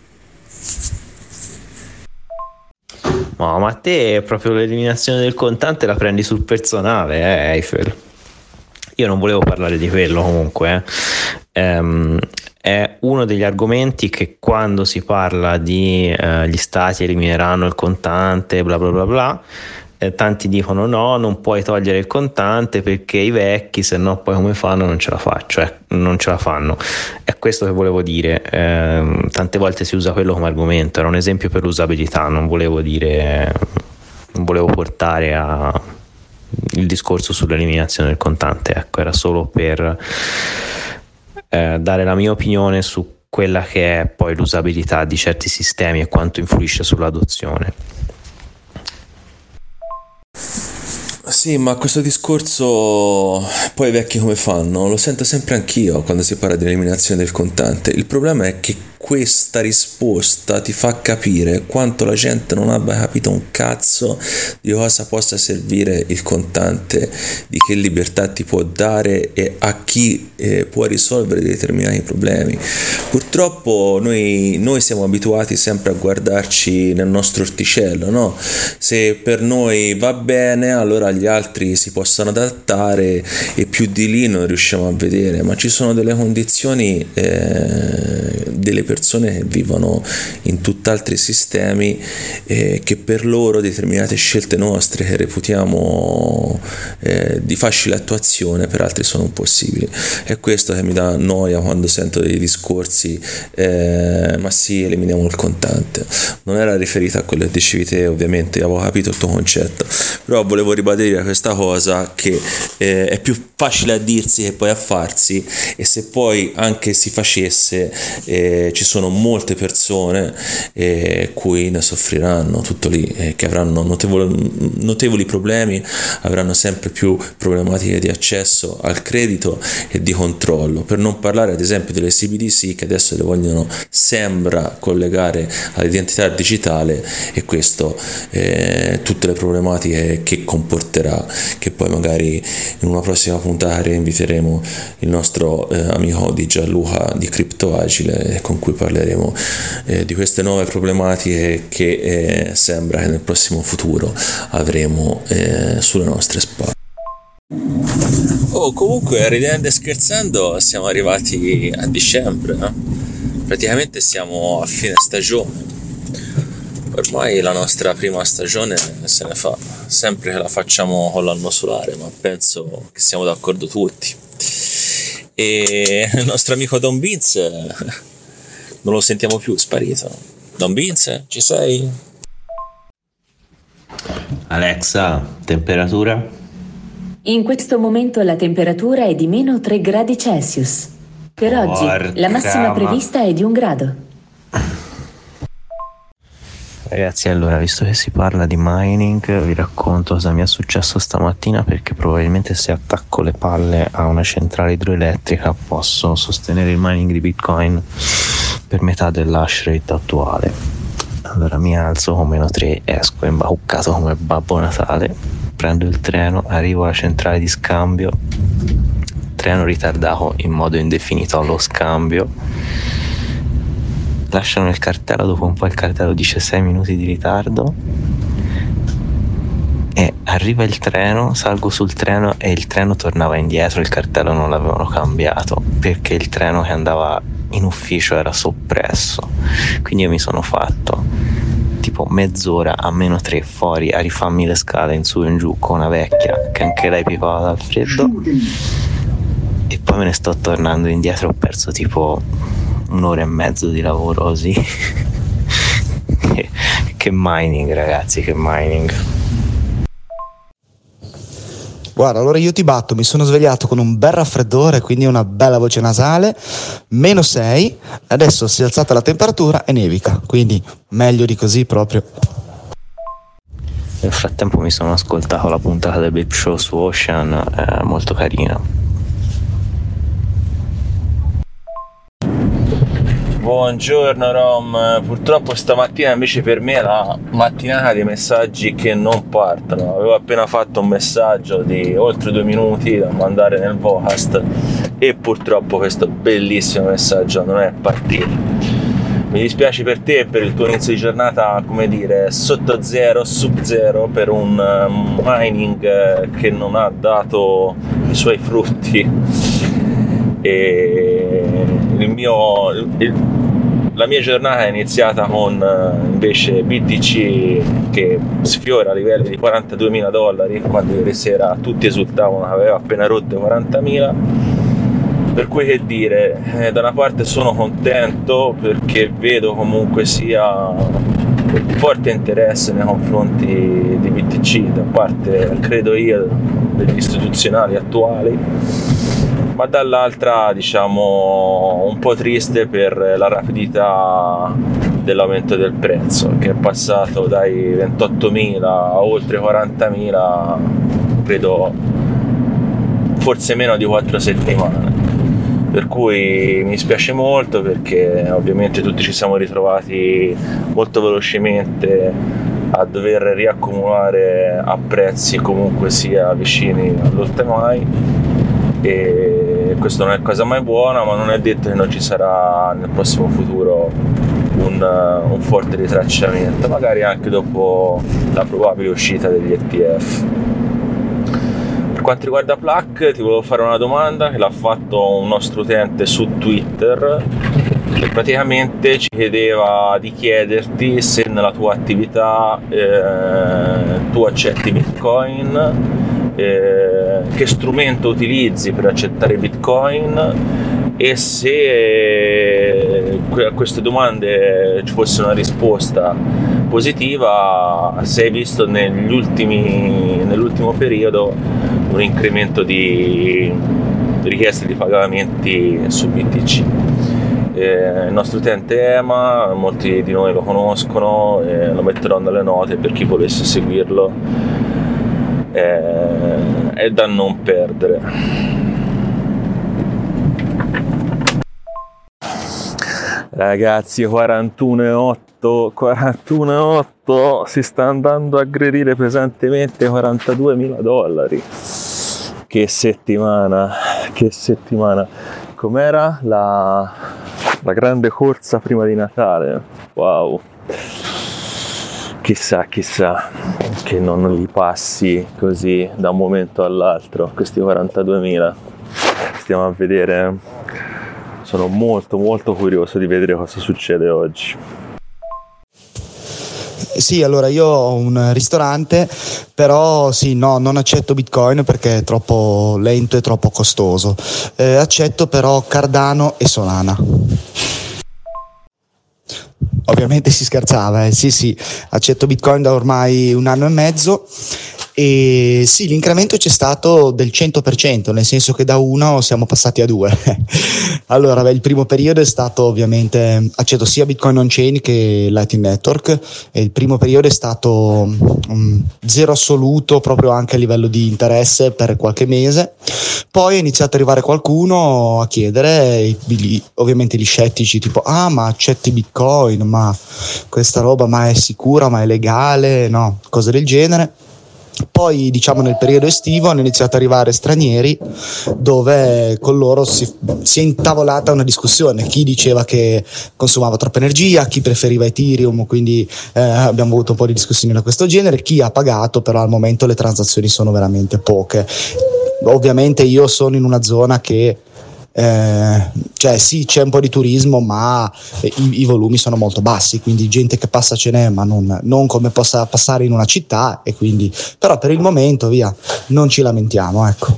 Ma a te proprio l'eliminazione del contante la prendi sul personale, Eiffel. Io non volevo parlare di quello comunque. È uno degli argomenti che quando si parla di gli stati elimineranno il contante, bla bla bla bla, tanti dicono no, non puoi togliere il contante perché i vecchi, se no poi come fanno, non ce la fanno. È questo che volevo dire. Tante volte si usa quello come argomento, era un esempio per l'usabilità, non volevo portare il discorso sull'eliminazione del contante, ecco, era solo per dare la mia opinione su quella che è poi l'usabilità di certi sistemi e quanto influisce sull'adozione. Sì, ma questo discorso poi i vecchi come fanno? Lo sento sempre anch'io quando si parla di eliminazione del contante. Il problema è che questa risposta ti fa capire quanto la gente non abbia capito un cazzo di cosa possa servire il contante, di che libertà ti può dare e a chi può risolvere determinati problemi. Purtroppo noi siamo abituati sempre a guardarci nel nostro orticello, no? Se per noi va bene, allora gli altri si possono adattare e più di lì non riusciamo a vedere, ma ci sono delle condizioni delle persone che vivono in tutt'altri sistemi che per loro determinate scelte nostre che reputiamo di facile attuazione per altri sono impossibili. È questo che mi dà noia quando sento dei discorsi ma sì, eliminiamo il contante. Non era riferita a quello che dicevi te, ovviamente avevo capito il tuo concetto, però volevo ribadire questa cosa che è più facile a dirsi che poi a farsi, e se poi anche si facesse ci sono molte persone cui ne soffriranno, tutto lì, che avranno notevoli problemi, avranno sempre più problematiche di accesso al credito e di controllo, per non parlare ad esempio delle CBDC che adesso le vogliono, sembra, collegare all'identità digitale, e questo tutte le problematiche che comporterà, che poi magari in una prossima puntata inviteremo il nostro amico di Gianluca di CryptoAgile, con cui parleremo di queste nuove problematiche che sembra che nel prossimo futuro avremo sulle nostre spalle. Comunque, ridendo e scherzando, siamo arrivati a dicembre, praticamente siamo a fine stagione. Ormai la nostra prima stagione se ne fa, sempre che la facciamo con l'anno solare, ma penso che siamo d'accordo tutti. E il nostro amico Don Vince non lo sentiamo più, è sparito. Don Vince, ci sei? Alexa, temperatura? In questo momento la temperatura è di meno 3 gradi Celsius. Per oggi la massima prevista è di 1 grado. Ragazzi, allora, visto che si parla di mining, vi racconto cosa mi è successo stamattina, perché probabilmente se attacco le palle a una centrale idroelettrica posso sostenere il mining di Bitcoin per metà dell'hash rate attuale. Allora mi alzo con -3, esco imbauccato come Babbo Natale, prendo il treno, arrivo alla centrale di scambio, treno ritardato in modo indefinito allo scambio. Lasciano il cartello, dopo un po' il cartello dice 6 minuti di ritardo e arriva il treno, salgo sul treno e il treno tornava indietro, il cartello non l'avevano cambiato perché il treno che andava in ufficio era soppresso. Quindi io mi sono fatto tipo mezz'ora a -3 fuori a rifarmi le scale in su e in giù con una vecchia che anche lei pipava dal freddo, e poi me ne sto tornando indietro, ho perso tipo 1 ora e mezzo di lavoro così. Che mining, ragazzi, che mining. Guarda, allora io ti batto, mi sono svegliato con un bel raffreddore, quindi una bella voce nasale, -6, adesso si è alzata la temperatura e nevica, quindi meglio di così proprio. Nel frattempo mi sono ascoltato la puntata del Babe Show su Ocean, molto carina. Buongiorno Rom, purtroppo stamattina invece per me è la mattinata dei messaggi che non partono. Avevo appena fatto un messaggio di oltre 2 minuti da mandare nel Vocast e purtroppo questo bellissimo messaggio non è partito. Mi dispiace per te e per il tuo inizio di giornata, come dire, sotto zero, sub zero, per un mining che non ha dato i suoi frutti. E la mia giornata è iniziata con invece BTC che sfiora a livelli di $42.000, quando ieri sera tutti esultavano, aveva appena rotto i 40.000. Per cui, che dire, da una parte sono contento perché vedo comunque sia forte interesse nei confronti di BTC da parte, credo io, degli istituzionali attuali, ma dall'altra diciamo un po' triste per la rapidità dell'aumento del prezzo, che è passato dai 28.000 a oltre 40.000, credo forse meno di 4 settimane. Per cui mi spiace molto, perché ovviamente tutti ci siamo ritrovati molto velocemente a dover riaccumulare a prezzi comunque sia vicini all'ultimo, e questo non è cosa mai buona, ma non è detto che non ci sarà nel prossimo futuro un forte ritracciamento, magari anche dopo la probabile uscita degli ETF. Per quanto riguarda Pluck, ti volevo fare una domanda che l'ha fatto un nostro utente su Twitter, che praticamente ci chiedeva di chiederti se nella tua attività tu accetti Bitcoin, che strumento utilizzi per accettare Bitcoin, e se a queste domande ci fosse una risposta positiva, se hai visto nell'ultimo periodo un incremento di richieste di pagamenti su BTC. Il nostro utente Ema, molti di noi lo conoscono, lo metterò nelle note per chi volesse seguirlo, è da non perdere. Ragazzi, 41,8 si sta andando a aggredire pesantemente $42.000. Che settimana. Com'era la grande corsa prima di Natale? Wow. Chissà che non li passi così da un momento all'altro questi 42.000. Stiamo a vedere. Sono molto curioso di vedere cosa succede oggi. Sì, allora io ho un ristorante, però sì, no, non accetto Bitcoin perché è troppo lento e troppo costoso. Accetto però Cardano e Solana. Ovviamente si scherzava, sì, accetto Bitcoin da ormai 1 anno e mezzo e sì, l'incremento c'è stato del 100%, nel senso che da 1 siamo passati a 2. Allora, il primo periodo è stato ovviamente, accetto sia Bitcoin on-chain che Lightning Network, e il primo periodo è stato zero assoluto proprio anche a livello di interesse per qualche mese. Poi è iniziato ad arrivare qualcuno a chiedere, ovviamente gli scettici tipo ma accetti Bitcoin, ma questa roba ma è sicura, ma è legale, no, cose del genere. Poi diciamo nel periodo estivo hanno iniziato ad arrivare stranieri dove con loro si è intavolata una discussione, chi diceva che consumava troppa energia, chi preferiva Ethereum, quindi abbiamo avuto un po' di discussioni da questo genere, chi ha pagato, però al momento le transazioni sono veramente poche. Ovviamente io sono in una zona che cioè sì, c'è un po' di turismo, ma i volumi sono molto bassi, quindi gente che passa ce n'è, ma non come possa passare in una città, e quindi però per il momento via, non ci lamentiamo, ecco.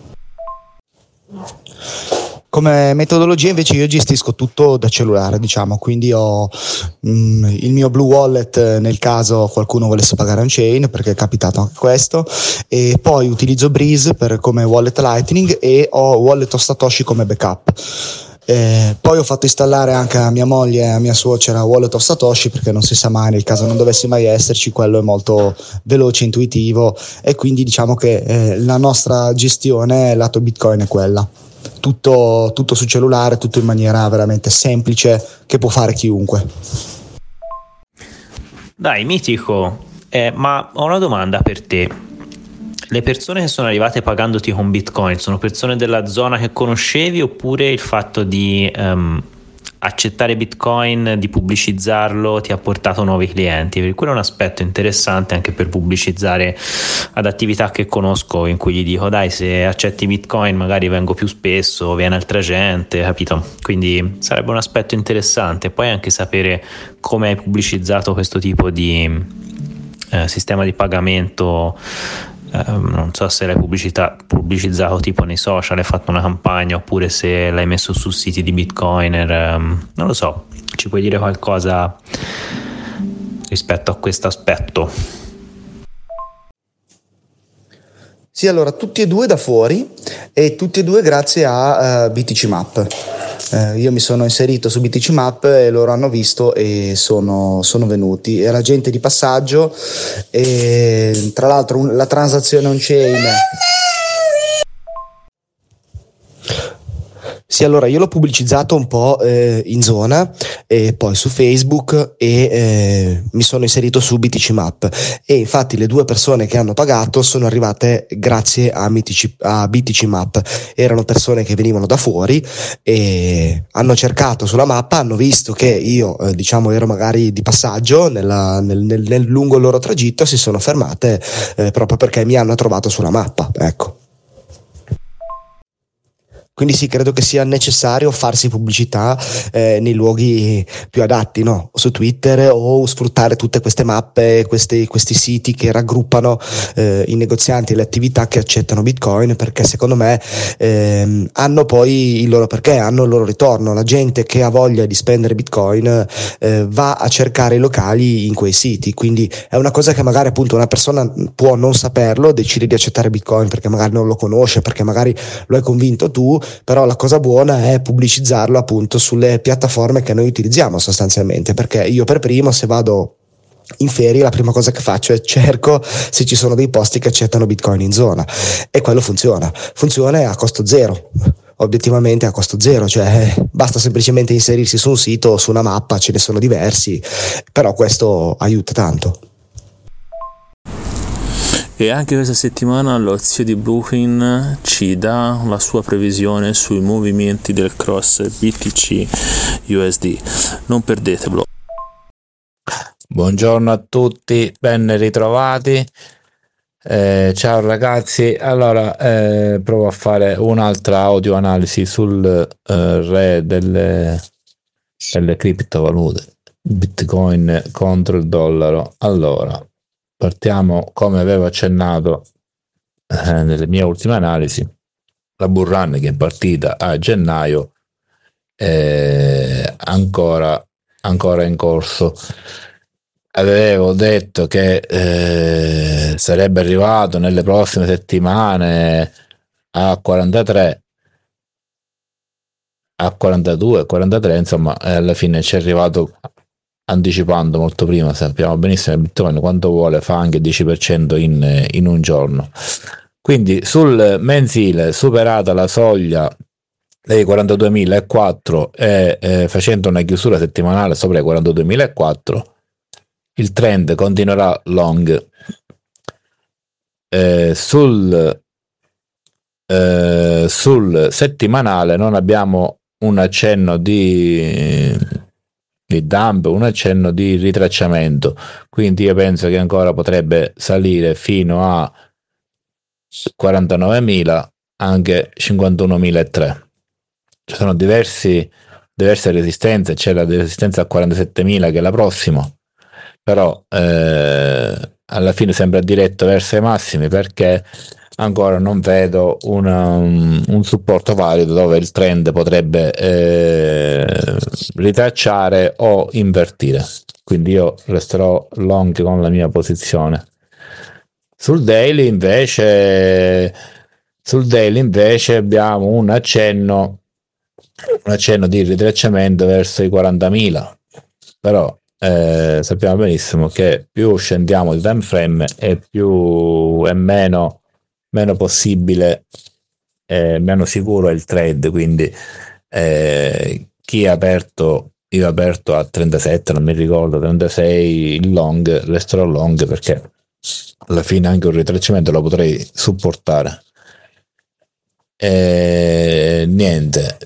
Come metodologia invece io gestisco tutto da cellulare, diciamo, quindi ho il mio Blue Wallet nel caso qualcuno volesse pagare on-chain, perché è capitato anche questo, e poi utilizzo Breeze come wallet Lightning e ho Wallet of Satoshi come backup. Poi ho fatto installare anche a mia moglie e a mia suocera Wallet of Satoshi, perché non si sa mai, nel caso non dovessi mai esserci, quello è molto veloce, intuitivo, e quindi diciamo che la nostra gestione lato Bitcoin è quella. Tutto su cellulare, tutto in maniera veramente semplice che può fare chiunque. Dai, mitico, ma ho una domanda per te. Le persone che sono arrivate pagandoti con Bitcoin sono persone della zona che conoscevi, oppure il fatto di accettare Bitcoin, di pubblicizzarlo, ti ha portato nuovi clienti? Perché quello è un aspetto interessante anche per pubblicizzare ad attività che conosco, in cui gli dico dai, se accetti Bitcoin magari vengo più spesso, viene altra gente, capito? Quindi sarebbe un aspetto interessante. Poi anche sapere come hai pubblicizzato questo tipo di sistema di pagamento. Non so se l'hai pubblicizzato tipo nei social, hai fatto una campagna, oppure se l'hai messo su siti di Bitcoiner, non lo so, ci puoi dire qualcosa rispetto a questo aspetto? Sì, allora tutti e due da fuori e tutti e due grazie a BTC Map. Io mi sono inserito su BTC Map e loro hanno visto e sono venuti. Era gente di passaggio, e tra l'altro la transazione on-chain. Sì, allora io l'ho pubblicizzato un po' in zona e poi su Facebook e mi sono inserito su BTC Map, e infatti le 2 persone che hanno pagato sono arrivate grazie a BTC Map. Erano persone che venivano da fuori e hanno cercato sulla mappa, hanno visto che io diciamo ero magari di passaggio nel lungo il loro tragitto, si sono fermate proprio perché mi hanno trovato sulla mappa, ecco. Quindi sì, credo che sia necessario farsi pubblicità nei luoghi più adatti, no? Su Twitter, o sfruttare tutte queste mappe, questi siti che raggruppano i negozianti e le attività che accettano Bitcoin, perché secondo me hanno poi il loro perché, hanno il loro ritorno. La gente che ha voglia di spendere Bitcoin va a cercare i locali in quei siti, quindi è una cosa che magari appunto una persona può non saperlo, decide di accettare Bitcoin perché magari non lo conosce, perché magari lo hai convinto tu, però la cosa buona è pubblicizzarlo appunto sulle piattaforme che noi utilizziamo sostanzialmente, perché io per primo, se vado in ferie, la prima cosa che faccio è cerco se ci sono dei posti che accettano Bitcoin in zona, e quello funziona a costo zero, obiettivamente a costo zero, cioè basta semplicemente inserirsi su un sito o su una mappa, ce ne sono diversi, però questo aiuta tanto. E anche questa settimana lo zio di Brooklyn ci dà la sua previsione sui movimenti del cross BTC USD. Non perdetelo. Buongiorno a tutti, ben ritrovati. Ciao ragazzi, allora provo a fare un'altra audio analisi sul re delle criptovalute. Bitcoin contro il dollaro. Allora, partiamo come avevo accennato nelle mie ultime analisi. La bull run che è partita a gennaio è ancora in corso. Avevo detto che sarebbe arrivato nelle prossime settimane a 43, a 42, 43, insomma, alla fine ci è arrivato anticipando molto prima. Sappiamo benissimo che Bitcoin quanto vuole fa anche 10% in un giorno. Quindi sul mensile, superata la soglia dei 42.004 e facendo una chiusura settimanale sopra i 42.004, il trend continuerà long. Sul settimanale non abbiamo un accenno di dump, un accenno di ritracciamento, quindi io penso che ancora potrebbe salire fino a 49.000, anche 51.003. Ci sono diverse resistenze, c'è la resistenza a 47.000 che è la prossima, però alla fine sembra diretto verso i massimi, perché ancora non vedo un supporto valido dove il trend potrebbe ritracciare o invertire, quindi io resterò long con la mia posizione. Sul daily invece abbiamo un accenno di ritracciamento verso i 40.000, però sappiamo benissimo che più scendiamo di time frame e più è meno possibile, meno sicuro è il trade, quindi chi ha aperto, io ho aperto a 37, non mi ricordo, 36 il long, resterò long perché alla fine anche un ritracciamento lo potrei supportare. Niente,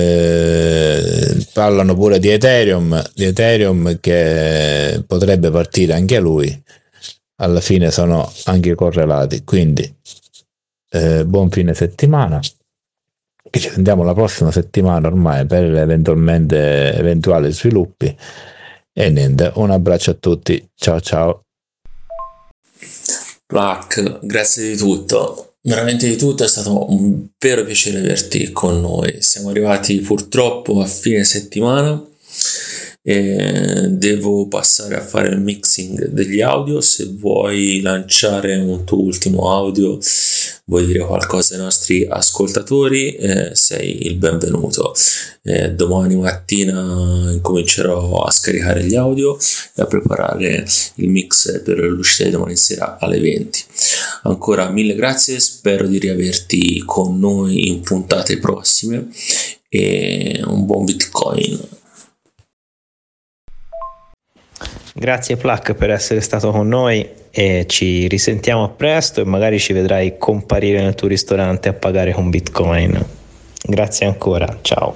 parlano pure di Ethereum che potrebbe partire anche lui, alla fine sono anche correlati, quindi buon fine settimana, che ci sentiamo la prossima settimana ormai per eventuali sviluppi, e niente, un abbraccio a tutti, ciao. Plac, grazie di tutto, veramente di tutto, è stato un vero piacere averti con noi. Siamo arrivati purtroppo a fine settimana e devo passare a fare il mixing degli audio. Se vuoi lanciare un tuo ultimo audio, vuoi dire qualcosa ai nostri ascoltatori, sei il benvenuto. Domani mattina incomincerò a scaricare gli audio e a preparare il mix per l'uscita di domani sera alle 20. Ancora mille grazie, spero di riaverti con noi in puntate prossime e un buon Bitcoin. Grazie Plac per essere stato con noi e ci risentiamo a presto, e magari ci vedrai comparire nel tuo ristorante a pagare con Bitcoin. Grazie ancora, ciao.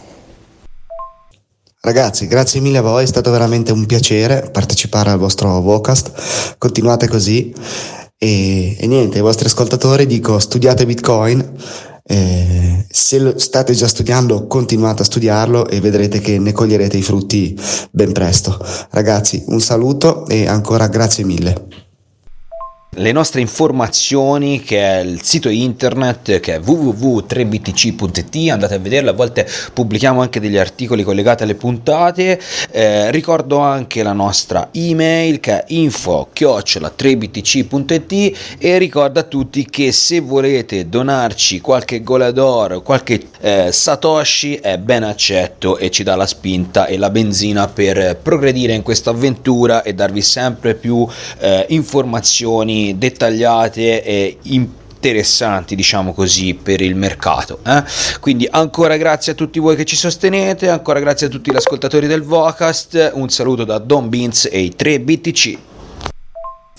Ragazzi, grazie mille a voi, è stato veramente un piacere partecipare al vostro Vocast, continuate così e niente, ai vostri ascoltatori dico: studiate Bitcoin, se lo state già studiando continuate a studiarlo e vedrete che ne coglierete i frutti ben presto. Ragazzi, un saluto e ancora grazie mille. Le nostre informazioni, che è il sito internet, che è www.3btc.it, andate a vederlo, a volte pubblichiamo anche degli articoli collegati alle puntate. Ricordo anche la nostra email, che è info@3btc.it, e ricordo a tutti che se volete donarci qualche golador, qualche satoshi, è ben accetto e ci dà la spinta e la benzina per progredire in questa avventura e darvi sempre più informazioni dettagliate e interessanti, diciamo così, per il mercato. Quindi ancora grazie a tutti voi che ci sostenete, ancora grazie a tutti gli ascoltatori del Vocast, un saluto da Don Beans e i 3BTC.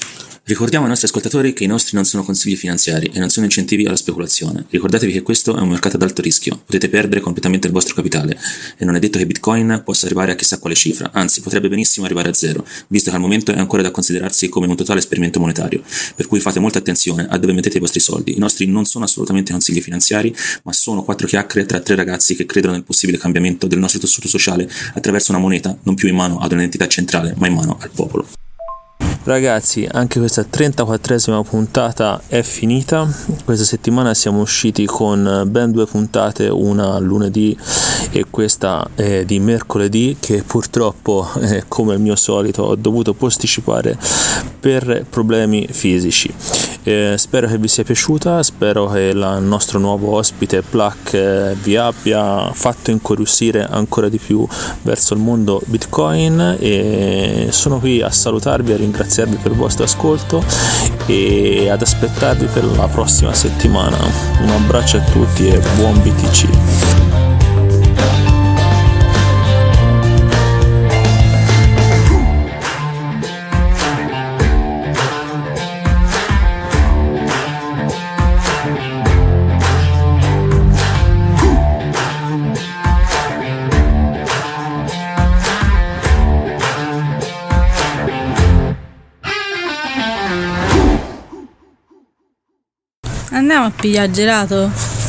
Ricordiamo ai nostri ascoltatori che i nostri non sono consigli finanziari e non sono incentivi alla speculazione. Ricordatevi che questo è un mercato ad alto rischio, potete perdere completamente il vostro capitale e non è detto che Bitcoin possa arrivare a chissà quale cifra, anzi potrebbe benissimo arrivare a zero, visto che al momento è ancora da considerarsi come un totale esperimento monetario, per cui fate molta attenzione a dove mettete i vostri soldi. I nostri non sono assolutamente consigli finanziari, ma sono 4 chiacchiere tra 3 ragazzi che credono nel possibile cambiamento del nostro tessuto sociale attraverso una moneta non più in mano ad un'entità centrale, ma in mano al popolo. Ragazzi, anche questa 34esima puntata è finita. Questa settimana siamo usciti con ben 2 puntate, una lunedì e questa di mercoledì, che purtroppo, come al mio solito, ho dovuto posticipare per problemi fisici. Spero che vi sia piaciuta, spero che il nostro nuovo ospite Plak vi abbia fatto incuriosire ancora di più verso il mondo Bitcoin, e sono qui a salutarvi, a ringraziarvi per il vostro ascolto e ad aspettarvi per la prossima settimana. Un abbraccio a tutti e buon BTC. Andiamo a pigliare gelato?